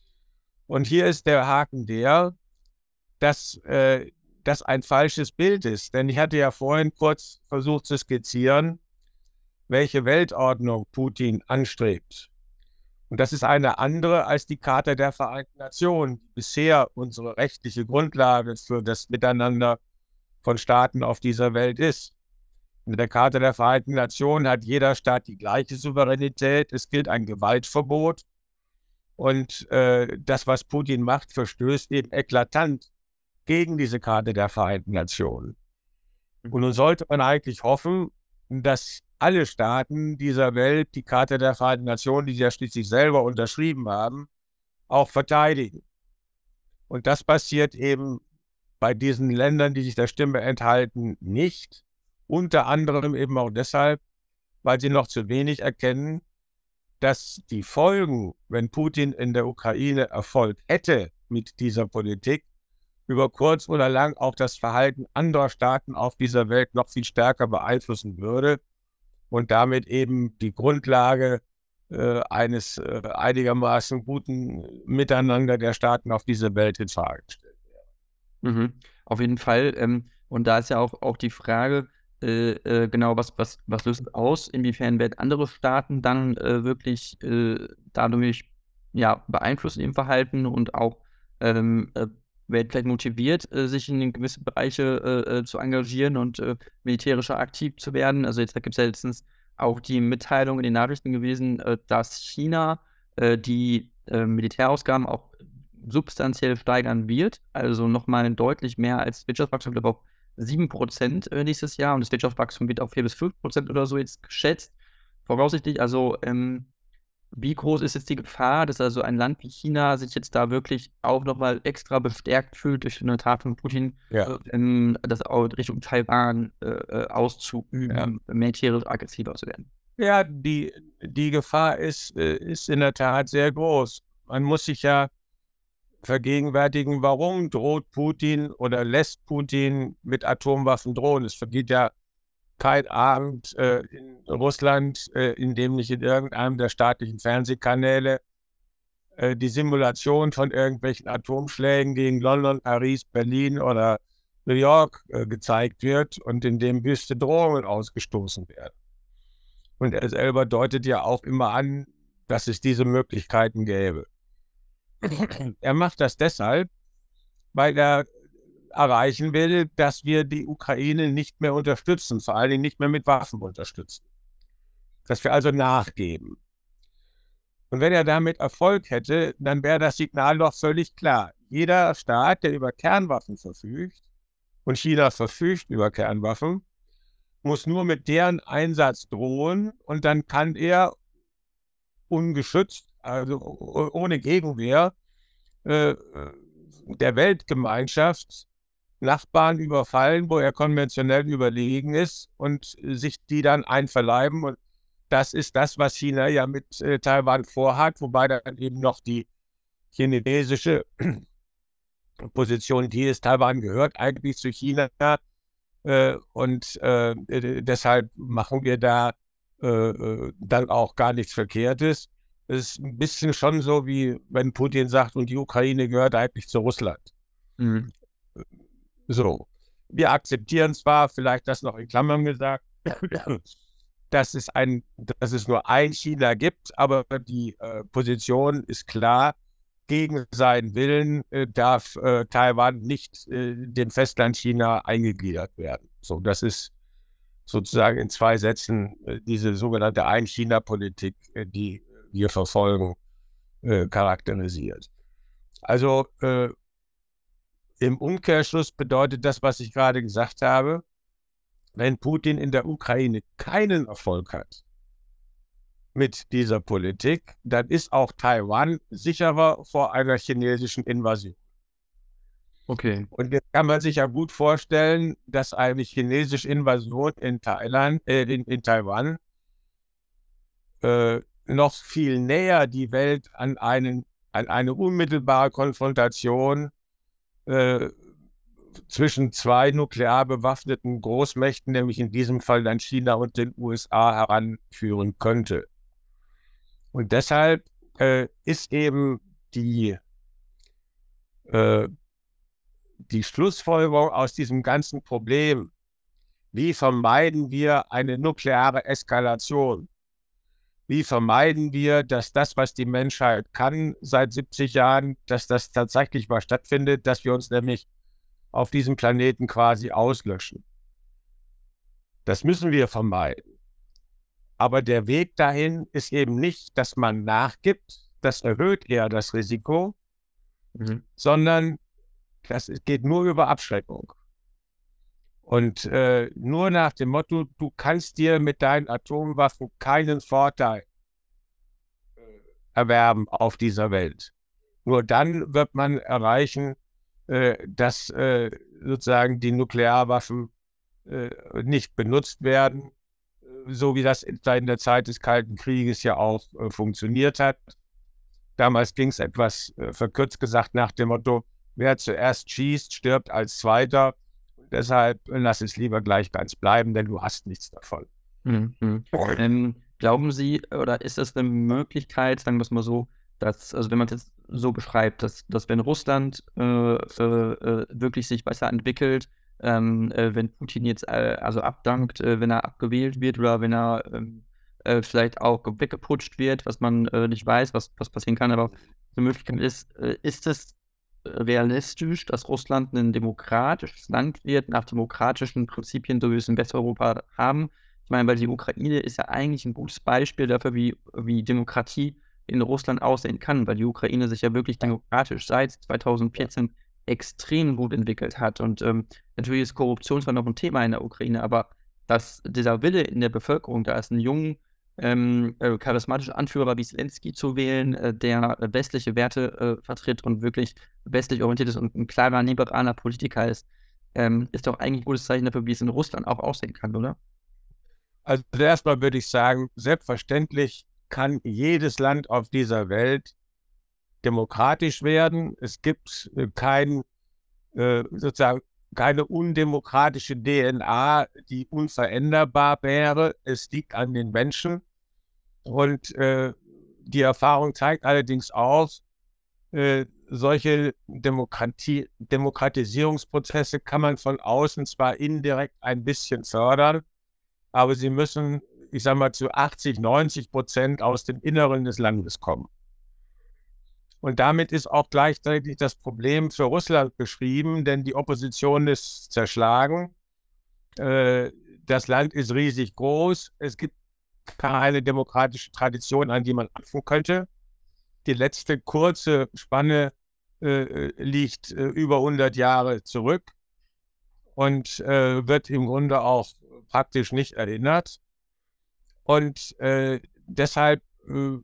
Und hier ist der Haken der, dass äh, das ein falsches Bild ist. Denn ich hatte ja vorhin kurz versucht zu skizzieren, welche Weltordnung Putin anstrebt. Und das ist eine andere als die Charta der Vereinten Nationen, die bisher unsere rechtliche Grundlage für das Miteinander von Staaten auf dieser Welt ist. In der Charta der Vereinten Nationen hat jeder Staat die gleiche Souveränität. Es gilt ein Gewaltverbot. Und äh, das, was Putin macht, verstößt eben eklatant gegen diese Charta der Vereinten Nationen. Und nun sollte man eigentlich hoffen, dass alle Staaten dieser Welt die Charta der Vereinten Nationen, die sie ja schließlich selber unterschrieben haben, auch verteidigen. Und das passiert eben bei diesen Ländern, die sich der Stimme enthalten, nicht. Unter anderem eben auch deshalb, weil sie noch zu wenig erkennen, dass die Folgen, wenn Putin in der Ukraine Erfolg hätte mit dieser Politik, über kurz oder lang auch das Verhalten anderer Staaten auf dieser Welt noch viel stärker beeinflussen würde und damit eben die Grundlage äh, eines äh, einigermaßen guten Miteinander der Staaten auf dieser Welt in Frage gestellt wäre. Mhm. Auf jeden Fall. Ähm, und da ist ja auch, auch die Frage, äh, äh, genau, was, was, was löst es aus? Inwiefern werden andere Staaten dann äh, wirklich äh, dadurch ja, beeinflusst in ihrem Verhalten und auch ähm, äh, werden vielleicht motiviert, äh, sich in gewisse Bereiche äh, äh, zu engagieren und äh, militärischer aktiv zu werden. Also jetzt da gibt es ja letztens auch die Mitteilung in den Nachrichten gewesen, äh, dass China äh, die äh, Militärausgaben auch substanziell steigern wird. Also nochmal deutlich mehr als Wirtschaftswachstum, ich glaube auch sieben Prozent äh, nächstes Jahr. Und das Wirtschaftswachstum wird auf vier bis fünf Prozent oder so jetzt geschätzt. Voraussichtlich, also ähm, wie groß ist jetzt die Gefahr, dass also ein Land wie China sich jetzt da wirklich auch nochmal extra bestärkt fühlt durch eine Tat von Putin, Ja. äh, ähm, das auch Richtung Taiwan äh, äh, auszuüben, Ja. militärisch aggressiver zu werden? Ja, die, die Gefahr ist, äh, ist in der Tat sehr groß. Man muss sich ja vergegenwärtigen, warum droht Putin oder lässt Putin mit Atomwaffen drohen. Es vergeht ja kein Abend äh, in Russland, äh, in dem nicht in irgendeinem der staatlichen Fernsehkanäle äh, die Simulation von irgendwelchen Atomschlägen gegen London, Paris, Berlin oder New York äh, gezeigt wird und in dem wüste Drohungen ausgestoßen werden. Und er selber deutet ja auch immer an, dass es diese Möglichkeiten gäbe. Er macht das deshalb, weil er erreichen will, dass wir die Ukraine nicht mehr unterstützen, vor allen Dingen nicht mehr mit Waffen unterstützen. Dass wir also nachgeben. Und wenn er damit Erfolg hätte, dann wäre das Signal doch völlig klar. Jeder Staat, der über Kernwaffen verfügt, und China verfügt über Kernwaffen, muss nur mit deren Einsatz drohen und dann kann er ungeschützt, also ohne Gegenwehr, äh, der Weltgemeinschaft Nachbarn überfallen, wo er konventionell überlegen ist und sich die dann einverleiben. Und das ist das, was China ja mit äh, Taiwan vorhat, wobei dann eben noch die chinesische Position, die ist, Taiwan gehört eigentlich zu China äh, und äh, deshalb machen wir da äh, dann auch gar nichts Verkehrtes. Es ist ein bisschen schon so, wie wenn Putin sagt, und die Ukraine gehört eigentlich zu Russland. Mhm. So, wir akzeptieren zwar, vielleicht das noch in Klammern gesagt, dass es, ein, dass es nur ein China gibt, aber die äh, Position ist klar, gegen seinen Willen äh, darf äh, Taiwan nicht äh, dem Festland China eingegliedert werden. So, das ist sozusagen in zwei Sätzen äh, diese sogenannte Ein-China-Politik, äh, die wir verfolgen, äh, charakterisiert. Also äh, im Umkehrschluss bedeutet das, was ich gerade gesagt habe, wenn Putin in der Ukraine keinen Erfolg hat mit dieser Politik, dann ist auch Taiwan sicherer vor einer chinesischen Invasion. Okay. Und jetzt kann man sich ja gut vorstellen, dass eine chinesische Invasion in Thailand, äh, in, in Taiwan äh, noch viel näher die Welt an, einen, an eine unmittelbare Konfrontation äh, zwischen zwei nuklear bewaffneten Großmächten, nämlich in diesem Fall dann China und den U S A, heranführen könnte. Und deshalb äh, ist eben die, äh, die Schlussfolgerung aus diesem ganzen Problem, wie vermeiden wir eine nukleare Eskalation? Wie vermeiden wir, dass das, was die Menschheit kann seit siebzig Jahren, dass das tatsächlich mal stattfindet, dass wir uns nämlich auf diesem Planeten quasi auslöschen? Das müssen wir vermeiden. Aber der Weg dahin ist eben nicht, dass man nachgibt, das erhöht eher das Risiko, mhm. sondern das geht nur über Abschreckung. Und äh, nur nach dem Motto, du kannst dir mit deinen Atomwaffen keinen Vorteil äh, erwerben auf dieser Welt. Nur dann wird man erreichen, äh, dass äh, sozusagen die Nuklearwaffen äh, nicht benutzt werden, so wie das in der Zeit des Kalten Krieges ja auch äh, funktioniert hat. Damals ging es etwas äh, verkürzt gesagt nach dem Motto, wer zuerst schießt, stirbt als Zweiter. Deshalb lass es lieber gleich ganz bleiben, denn du hast nichts davon. Mhm. Ähm, glauben Sie, oder ist das eine Möglichkeit, sagen wir es mal so, dass, also wenn man es jetzt so beschreibt, dass, dass wenn Russland äh, äh, wirklich sich besser entwickelt, ähm, äh, wenn Putin jetzt äh, also abdankt, äh, wenn er abgewählt wird oder wenn er ähm, äh, vielleicht auch weggeputscht wird, was man äh, nicht weiß, was, was passieren kann, aber die Möglichkeit ist, äh, ist es realistisch, dass Russland ein demokratisches Land wird, nach demokratischen Prinzipien, so wie wir es in Westeuropa haben? Ich meine, weil die Ukraine ist ja eigentlich ein gutes Beispiel dafür, wie, wie Demokratie in Russland aussehen kann, weil die Ukraine sich ja wirklich demokratisch seit zweitausendvierzehn extrem gut entwickelt hat. Und ähm, natürlich ist Korruption zwar noch ein Thema in der Ukraine, aber dass dieser Wille in der Bevölkerung, da ist ein junger, ähm, äh, charismatischer Anführer wie Zelensky zu wählen, äh, der äh, westliche Werte äh, vertritt und wirklich westlich orientiert ist und ein klarer, liberaler Politiker ist, ähm, ist doch eigentlich ein gutes Zeichen dafür, wie es in Russland auch aussehen kann, oder? Also erstmal würde ich sagen, selbstverständlich kann jedes Land auf dieser Welt demokratisch werden. Es gibt äh, kein, äh, sozusagen keine undemokratische D N A, die unveränderbar wäre. Es liegt an den Menschen. Und äh, die Erfahrung zeigt allerdings auch, äh, solche Demokratie, Demokratisierungsprozesse kann man von außen zwar indirekt ein bisschen fördern, aber sie müssen, ich sage mal, zu achtzig, neunzig Prozent aus dem Inneren des Landes kommen. Und damit ist auch gleichzeitig das Problem für Russland beschrieben, denn die Opposition ist zerschlagen. Äh, das Land ist riesig groß. Es gibt keine demokratische Tradition, an die man anknüpfen könnte. Die letzte kurze Spanne äh, liegt äh, über hundert Jahre zurück und äh, wird im Grunde auch praktisch nicht erinnert. Und äh, deshalb äh,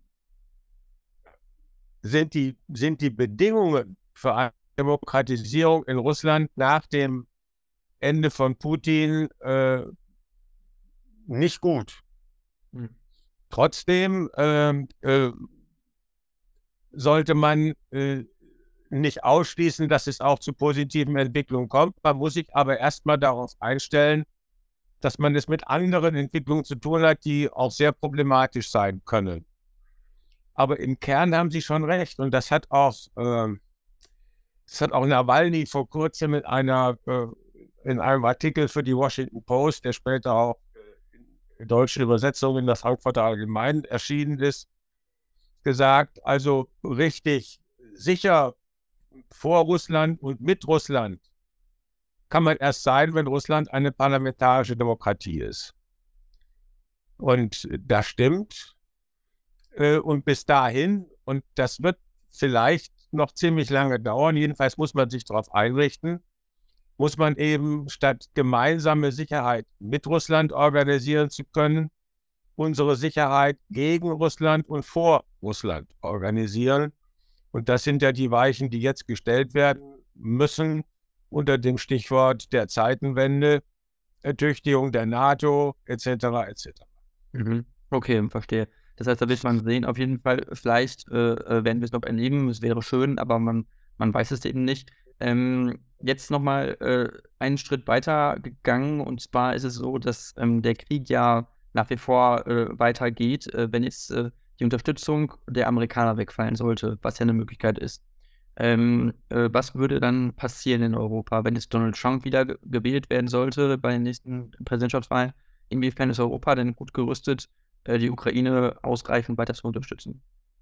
sind, die, sind die Bedingungen für eine Demokratisierung in Russland nach dem Ende von Putin äh, nicht gut. Hm. Trotzdem äh, äh, sollte man äh, nicht ausschließen, dass es auch zu positiven Entwicklungen kommt. Man muss sich aber erstmal darauf einstellen, dass man es mit anderen Entwicklungen zu tun hat, die auch sehr problematisch sein können. Aber im Kern haben Sie schon recht. Und das hat auch, äh, das hat auch Nawalny vor kurzem mit einer, äh, in einem Artikel für die Washington Post, der später auch in deutsche Übersetzung in der Frankfurter Allgemeinen erschienen ist, gesagt. Also richtig sicher vor Russland und mit Russland kann man erst sein, wenn Russland eine parlamentarische Demokratie ist. Und das stimmt. Und bis dahin, und das wird vielleicht noch ziemlich lange dauern, jedenfalls muss man sich darauf einrichten, muss man eben statt gemeinsame Sicherheit mit Russland organisieren zu können, unsere Sicherheit gegen Russland und vor Russland organisieren. Und das sind ja die Weichen, die jetzt gestellt werden müssen unter dem Stichwort der Zeitenwende, Ertüchtigung der NATO et cetera et cetera. Mhm. Okay, verstehe. Das heißt, da wird man sehen, auf jeden Fall, vielleicht äh, werden wir es noch erleben, es wäre schön, aber man, man weiß es eben nicht. Ähm, jetzt nochmal äh, einen Schritt weiter gegangen, und zwar ist es so, dass ähm, der Krieg ja nach wie vor äh, weitergeht, äh, wenn jetzt äh, die Unterstützung der Amerikaner wegfallen sollte, was ja eine Möglichkeit ist. Ähm, äh, was würde dann passieren in Europa, wenn jetzt Donald Trump wieder ge gewählt werden sollte bei den nächsten Präsidentschaftswahlen? Inwiefern ist Europa denn gut gerüstet, äh, die Ukraine ausreichend weiter zu unterstützen?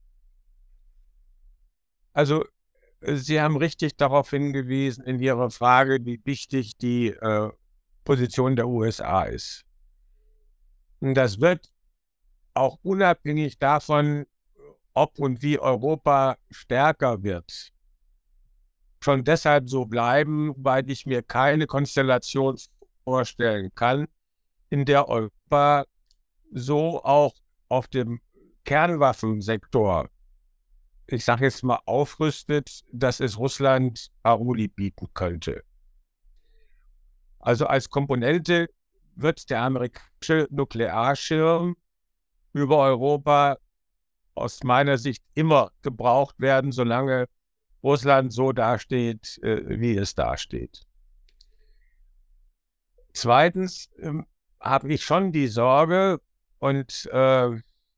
Also, Sie haben richtig darauf hingewiesen in Ihrer Frage, wie wichtig die äh, Position der U S A ist. Und das wird auch unabhängig davon, ob und wie Europa stärker wird, schon deshalb so bleiben, weil ich mir keine Konstellation vorstellen kann, in der Europa so auch auf dem Kernwaffensektor, ich sage jetzt mal, aufrüstet, dass es Russland Paroli bieten könnte. Also als Komponente wird der amerikanische Nuklearschirm über Europa aus meiner Sicht immer gebraucht werden, solange Russland so dasteht, äh, wie es dasteht. Zweitens ähm, habe ich schon die Sorge, und äh,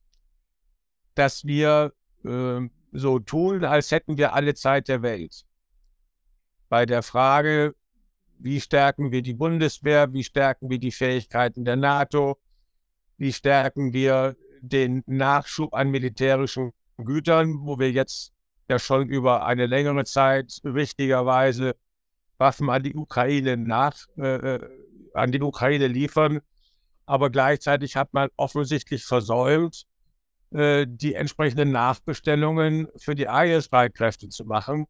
dass wir äh, so tun, als hätten wir alle Zeit der Welt. Bei der Frage, wie stärken wir die Bundeswehr, wie stärken wir die Fähigkeiten der NATO, wie stärken wir den Nachschub an militärischen Gütern, wo wir jetzt ja schon über eine längere Zeit richtigerweise Waffen an die Ukraine nach, äh, an die Ukraine liefern. Aber gleichzeitig hat man offensichtlich versäumt, äh, die entsprechenden Nachbestellungen für die eigenen Streitkräfte zu machen.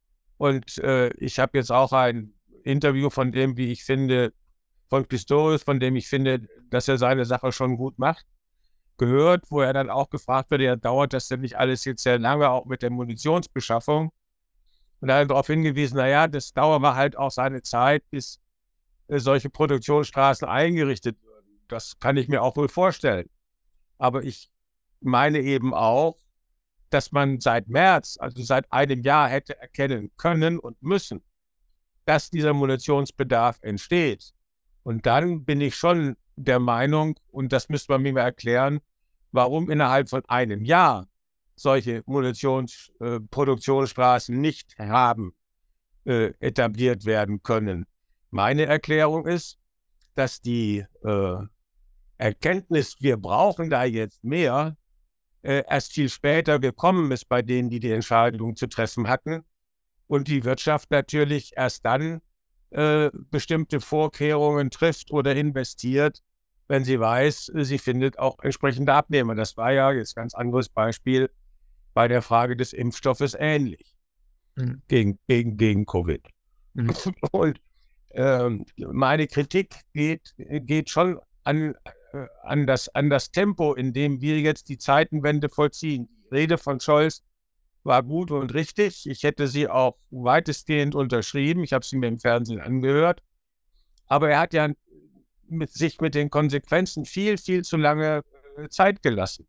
Und äh, ich habe jetzt auch ein Interview von dem, wie ich finde, von Pistorius, von dem ich finde, dass er seine Sache schon gut macht, gehört, wo er dann auch gefragt wird, ja, dauert das denn nicht alles jetzt sehr lange, auch mit der Munitionsbeschaffung? Und er hat darauf hingewiesen, naja, das dauert halt auch seine Zeit, bis äh, solche Produktionsstraßen eingerichtet würden. Das kann ich mir auch wohl vorstellen. Aber ich meine eben auch, dass man seit März, also seit einem Jahr, hätte erkennen können und müssen, dass dieser Munitionsbedarf entsteht. Und dann bin ich schon der Meinung, und das müsste man mir mal erklären, warum innerhalb von einem Jahr solche Munitionsproduktionsstraßen äh, nicht haben äh, etabliert werden können. Meine Erklärung ist, dass die äh, Erkenntnis, wir brauchen da jetzt mehr, äh, erst viel später gekommen ist bei denen, die die Entscheidung zu treffen hatten. Und die Wirtschaft natürlich erst dann äh, bestimmte Vorkehrungen trifft oder investiert, wenn sie weiß, sie findet auch entsprechende Abnehmer. Das war ja jetzt ein ganz anderes Beispiel bei der Frage des Impfstoffes ähnlich mhm. gegen, gegen, gegen Covid. Mhm. Und ähm, meine Kritik geht, geht schon an, äh, an, das, an das Tempo, in dem wir jetzt die Zeitenwende vollziehen. Die Rede von Scholz war gut und richtig. Ich hätte sie auch weitestgehend unterschrieben. Ich habe sie mir im Fernsehen angehört. Aber er hat ja mit sich mit den Konsequenzen viel, viel zu lange äh, Zeit gelassen.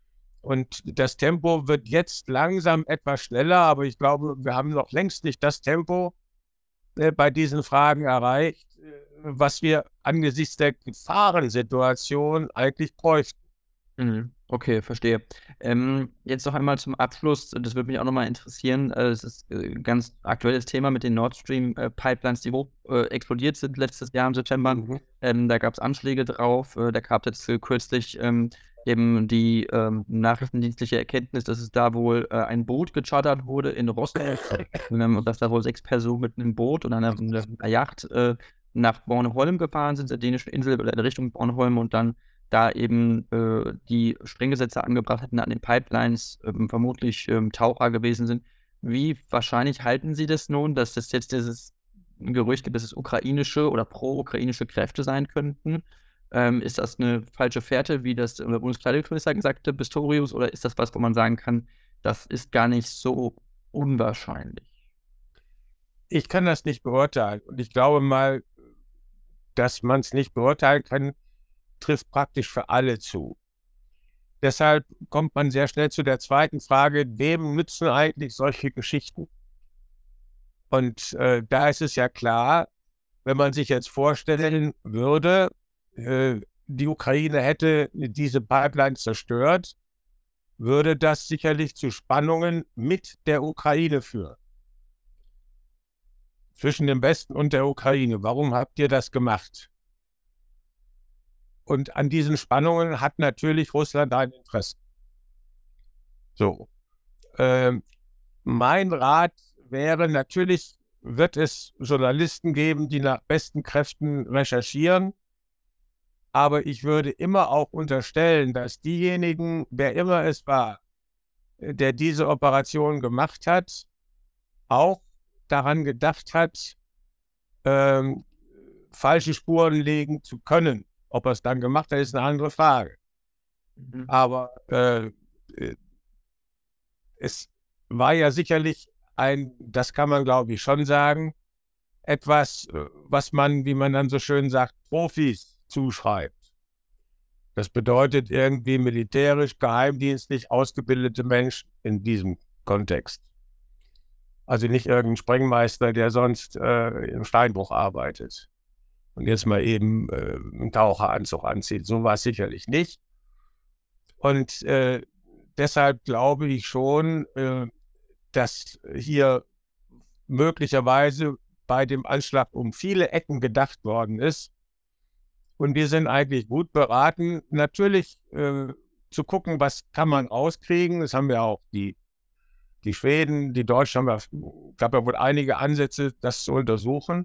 Und das Tempo wird jetzt langsam etwas schneller, aber ich glaube, wir haben noch längst nicht das Tempo äh, bei diesen Fragen erreicht, äh, was wir angesichts der Gefahrensituation eigentlich bräuchten. Mhm. Okay, verstehe. Ähm, jetzt noch einmal zum Abschluss, das würde mich auch nochmal interessieren. Äh, es ist ein äh, ganz aktuelles Thema mit den Nord Stream äh, Pipelines, die hoch äh, explodiert sind letztes Jahr im September. Mhm. Ähm, da gab es Anschläge drauf. Äh, da gab es jetzt äh, kürzlich ähm, eben die ähm, nachrichtendienstliche Erkenntnis, dass es da wohl äh, ein Boot gechartert wurde in Rostock ähm, und dass da wohl sechs Personen mit einem Boot und einer, einer Yacht äh, nach Bornholm gefahren sind, der dänischen Insel oder in Richtung Bornholm und dann da eben äh, die Sprenggesetze angebracht hatten an den Pipelines, ähm, vermutlich ähm, Taucher gewesen sind. Wie wahrscheinlich halten Sie das nun, dass das jetzt dieses Gerücht gibt, dass es ukrainische oder pro-ukrainische Kräfte sein könnten? Ähm, ist das eine falsche Fährte, wie das unser Bundeskleidungsminister gesagt hat, Pistorius, oder ist das was, wo man sagen kann, das ist gar nicht so unwahrscheinlich? Ich kann das nicht beurteilen. Und ich glaube mal, dass man es nicht beurteilen kann, trifft praktisch für alle zu. Deshalb kommt man sehr schnell zu der zweiten Frage, wem nützen eigentlich solche Geschichten? Und äh, da ist es ja klar, wenn man sich jetzt vorstellen würde, äh, die Ukraine hätte diese Pipeline zerstört, würde das sicherlich zu Spannungen mit der Ukraine führen. Zwischen dem Westen und der Ukraine. Warum habt ihr das gemacht? Und an diesen Spannungen hat natürlich Russland ein Interesse. So. Ähm, mein Rat wäre, natürlich wird es Journalisten geben, die nach besten Kräften recherchieren. Aber ich würde immer auch unterstellen, dass diejenigen, wer immer es war, der diese Operation gemacht hat, auch daran gedacht hat, ähm, falsche Spuren legen zu können. Ob er es dann gemacht hat, ist eine andere Frage. Mhm. Aber äh, es war ja sicherlich ein, das kann man glaube ich schon sagen, etwas, was man, wie man dann so schön sagt, Profis zuschreibt. Das bedeutet irgendwie militärisch, geheimdienstlich ausgebildete Menschen in diesem Kontext. Also nicht irgendein Sprengmeister, der sonst äh, im Steinbruch arbeitet und jetzt mal eben äh, einen Taucheranzug anzieht. So war es sicherlich nicht. Und äh, deshalb glaube ich schon, äh, dass hier möglicherweise bei dem Anschlag um viele Ecken gedacht worden ist. Und wir sind eigentlich gut beraten, natürlich äh, zu gucken, was kann man rauskriegen. Das haben wir auch die, die Schweden, die Deutschen, haben wir, gab ja wohl einige Ansätze, das zu untersuchen.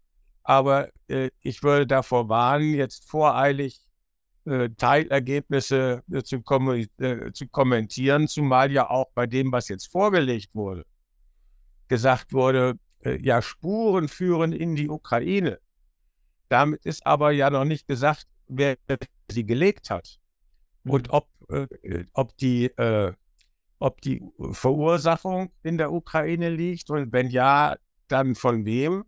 Aber äh, ich würde davor warnen, jetzt voreilig äh, Teilergebnisse äh, zu, kom äh, zu kommentieren, zumal ja auch bei dem, was jetzt vorgelegt wurde, gesagt wurde, äh, ja, Spuren führen in die Ukraine. Damit ist aber ja noch nicht gesagt, wer sie gelegt hat und ob, äh, ob, die, äh, ob die Verursachung in der Ukraine liegt und wenn ja, dann von wem.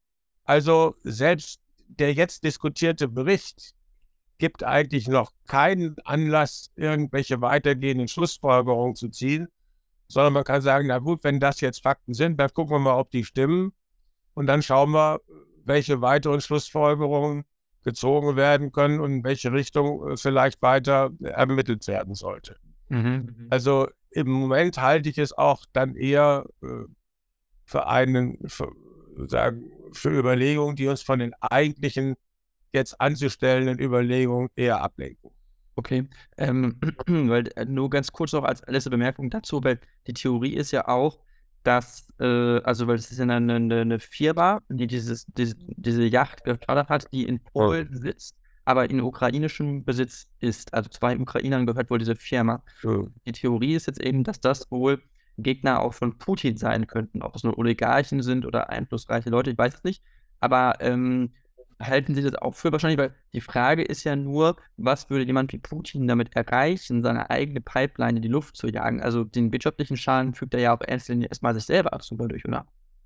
Also selbst der jetzt diskutierte Bericht gibt eigentlich noch keinen Anlass, irgendwelche weitergehenden Schlussfolgerungen zu ziehen, sondern man kann sagen, na gut, wenn das jetzt Fakten sind, dann gucken wir mal, ob die stimmen und dann schauen wir, welche weiteren Schlussfolgerungen gezogen werden können und in welche Richtung vielleicht weiter ermittelt werden sollte. Mhm. Also im Moment halte ich es auch dann eher äh, für einen, für, sagen, für Überlegungen, die uns von den eigentlichen jetzt anzustellenden Überlegungen eher ablenken. Okay, ähm, weil äh, nur ganz kurz noch als letzte Bemerkung dazu, weil die Theorie ist ja auch, dass, äh, also weil es ist ja eine, eine, eine Firma, die dieses, diese, diese Yacht gechartert hat, die in Polen sitzt, aber in ukrainischem Besitz ist. Also zwei Ukrainern gehört wohl diese Firma. Ja. Die Theorie ist jetzt eben, dass das wohl Gegner auch von Putin sein könnten, ob es nur Oligarchen sind oder einflussreiche Leute, ich weiß es nicht. Aber ähm, halten Sie das auch für wahrscheinlich? Weil die Frage ist ja nur, was würde jemand wie Putin damit erreichen, seine eigene Pipeline in die Luft zu jagen? Also den wirtschaftlichen Schaden fügt er ja auch erstmal erstmal sich selber ab, dadurch, oder?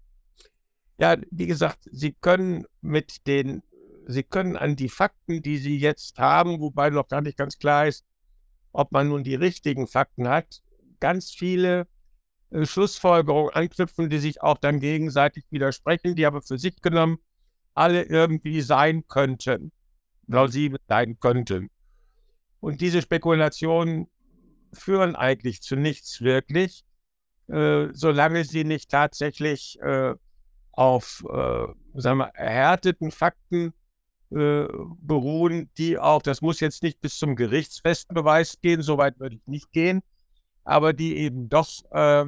Ja, wie gesagt, Sie können mit den, Sie können an die Fakten, die Sie jetzt haben, wobei noch gar nicht ganz klar ist, ob man nun die richtigen Fakten hat, ganz viele äh, Schlussfolgerungen anknüpfen, die sich auch dann gegenseitig widersprechen, die aber für sich genommen alle irgendwie sein könnten, plausibel sein könnten. Und diese Spekulationen führen eigentlich zu nichts wirklich, äh, solange sie nicht tatsächlich äh, auf äh, sagen wir, erhärteten Fakten äh, beruhen, die auch, das muss jetzt nicht bis zum gerichtsfesten Beweis gehen, soweit würde ich nicht gehen, aber die eben doch äh,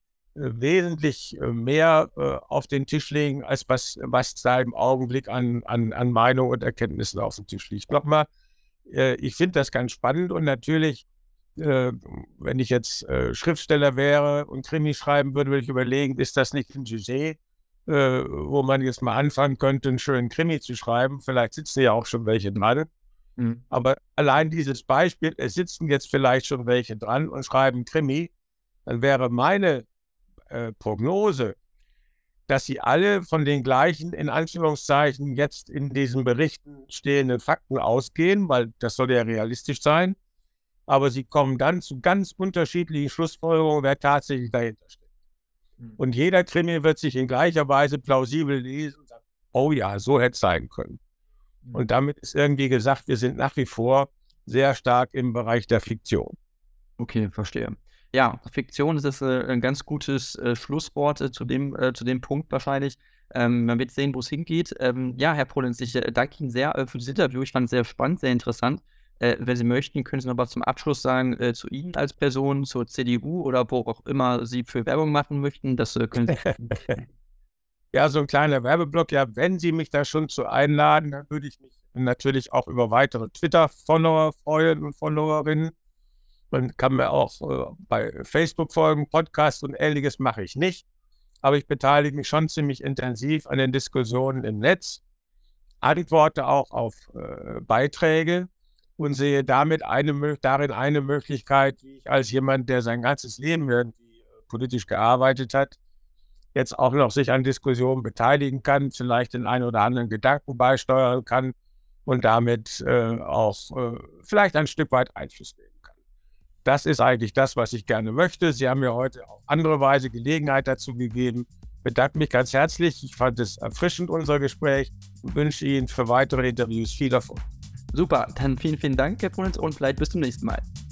wesentlich mehr äh, auf den Tisch legen, als was, was da im Augenblick an, an, an Meinung und Erkenntnissen auf dem Tisch liegt. Nochmal, äh, ich finde das ganz spannend und natürlich, äh, wenn ich jetzt äh, Schriftsteller wäre und Krimi schreiben würde, würde ich überlegen, ist das nicht ein Sujet, äh, wo man jetzt mal anfangen könnte, einen schönen Krimi zu schreiben. Vielleicht sitzen ja auch schon welche dran. Mhm. Aber allein dieses Beispiel, es sitzen jetzt vielleicht schon welche dran und schreiben Krimi, dann wäre meine äh, Prognose, dass sie alle von den gleichen, in Anführungszeichen, jetzt in diesen Berichten stehenden Fakten ausgehen, weil das soll ja realistisch sein. Aber sie kommen dann zu ganz unterschiedlichen Schlussfolgerungen, wer tatsächlich dahinter steht. Mhm. Und jeder Krimi wird sich in gleicher Weise plausibel lesen und sagen, oh ja, so hätte es sein können. Mhm. Und damit ist irgendwie gesagt, wir sind nach wie vor sehr stark im Bereich der Fiktion. Okay, verstehe. Ja, Fiktion ist äh, ein ganz gutes äh, Schlusswort äh, zu, dem, äh, zu dem Punkt wahrscheinlich. Ähm, man wird sehen, wo es hingeht. Ähm, ja, Herr Polenz, ich äh, danke Ihnen sehr äh, für das Interview. Ich fand es sehr spannend, sehr interessant. Äh, wenn Sie möchten, können Sie noch was zum Abschluss sagen äh, zu Ihnen als Person, zur C D U oder wo auch immer Sie für Werbung machen möchten. Das äh, können Sie. Ja, so ein kleiner Werbeblock. Ja, wenn Sie mich da schon zu einladen, dann würde ich mich natürlich auch über weitere Twitter-Follower freuen und Followerinnen. Man kann mir auch äh, bei Facebook folgen, Podcast und Ähnliches mache ich nicht. Aber ich beteilige mich schon ziemlich intensiv an den Diskussionen im Netz, antworte auch auf äh, Beiträge und sehe damit eine, darin eine Möglichkeit, wie ich als jemand, der sein ganzes Leben irgendwie äh, politisch gearbeitet hat, jetzt auch noch sich an Diskussionen beteiligen kann, vielleicht den einen oder anderen Gedanken beisteuern kann und damit äh, auch äh, vielleicht ein Stück weit Einfluss nehmen kann. Das ist eigentlich das, was ich gerne möchte. Sie haben mir heute auf andere Weise Gelegenheit dazu gegeben. Ich bedanke mich ganz herzlich. Ich fand es erfrischend, unser Gespräch, und wünsche Ihnen für weitere Interviews viel Erfolg. Super, dann vielen, vielen Dank, Herr Polenz, und vielleicht bis zum nächsten Mal.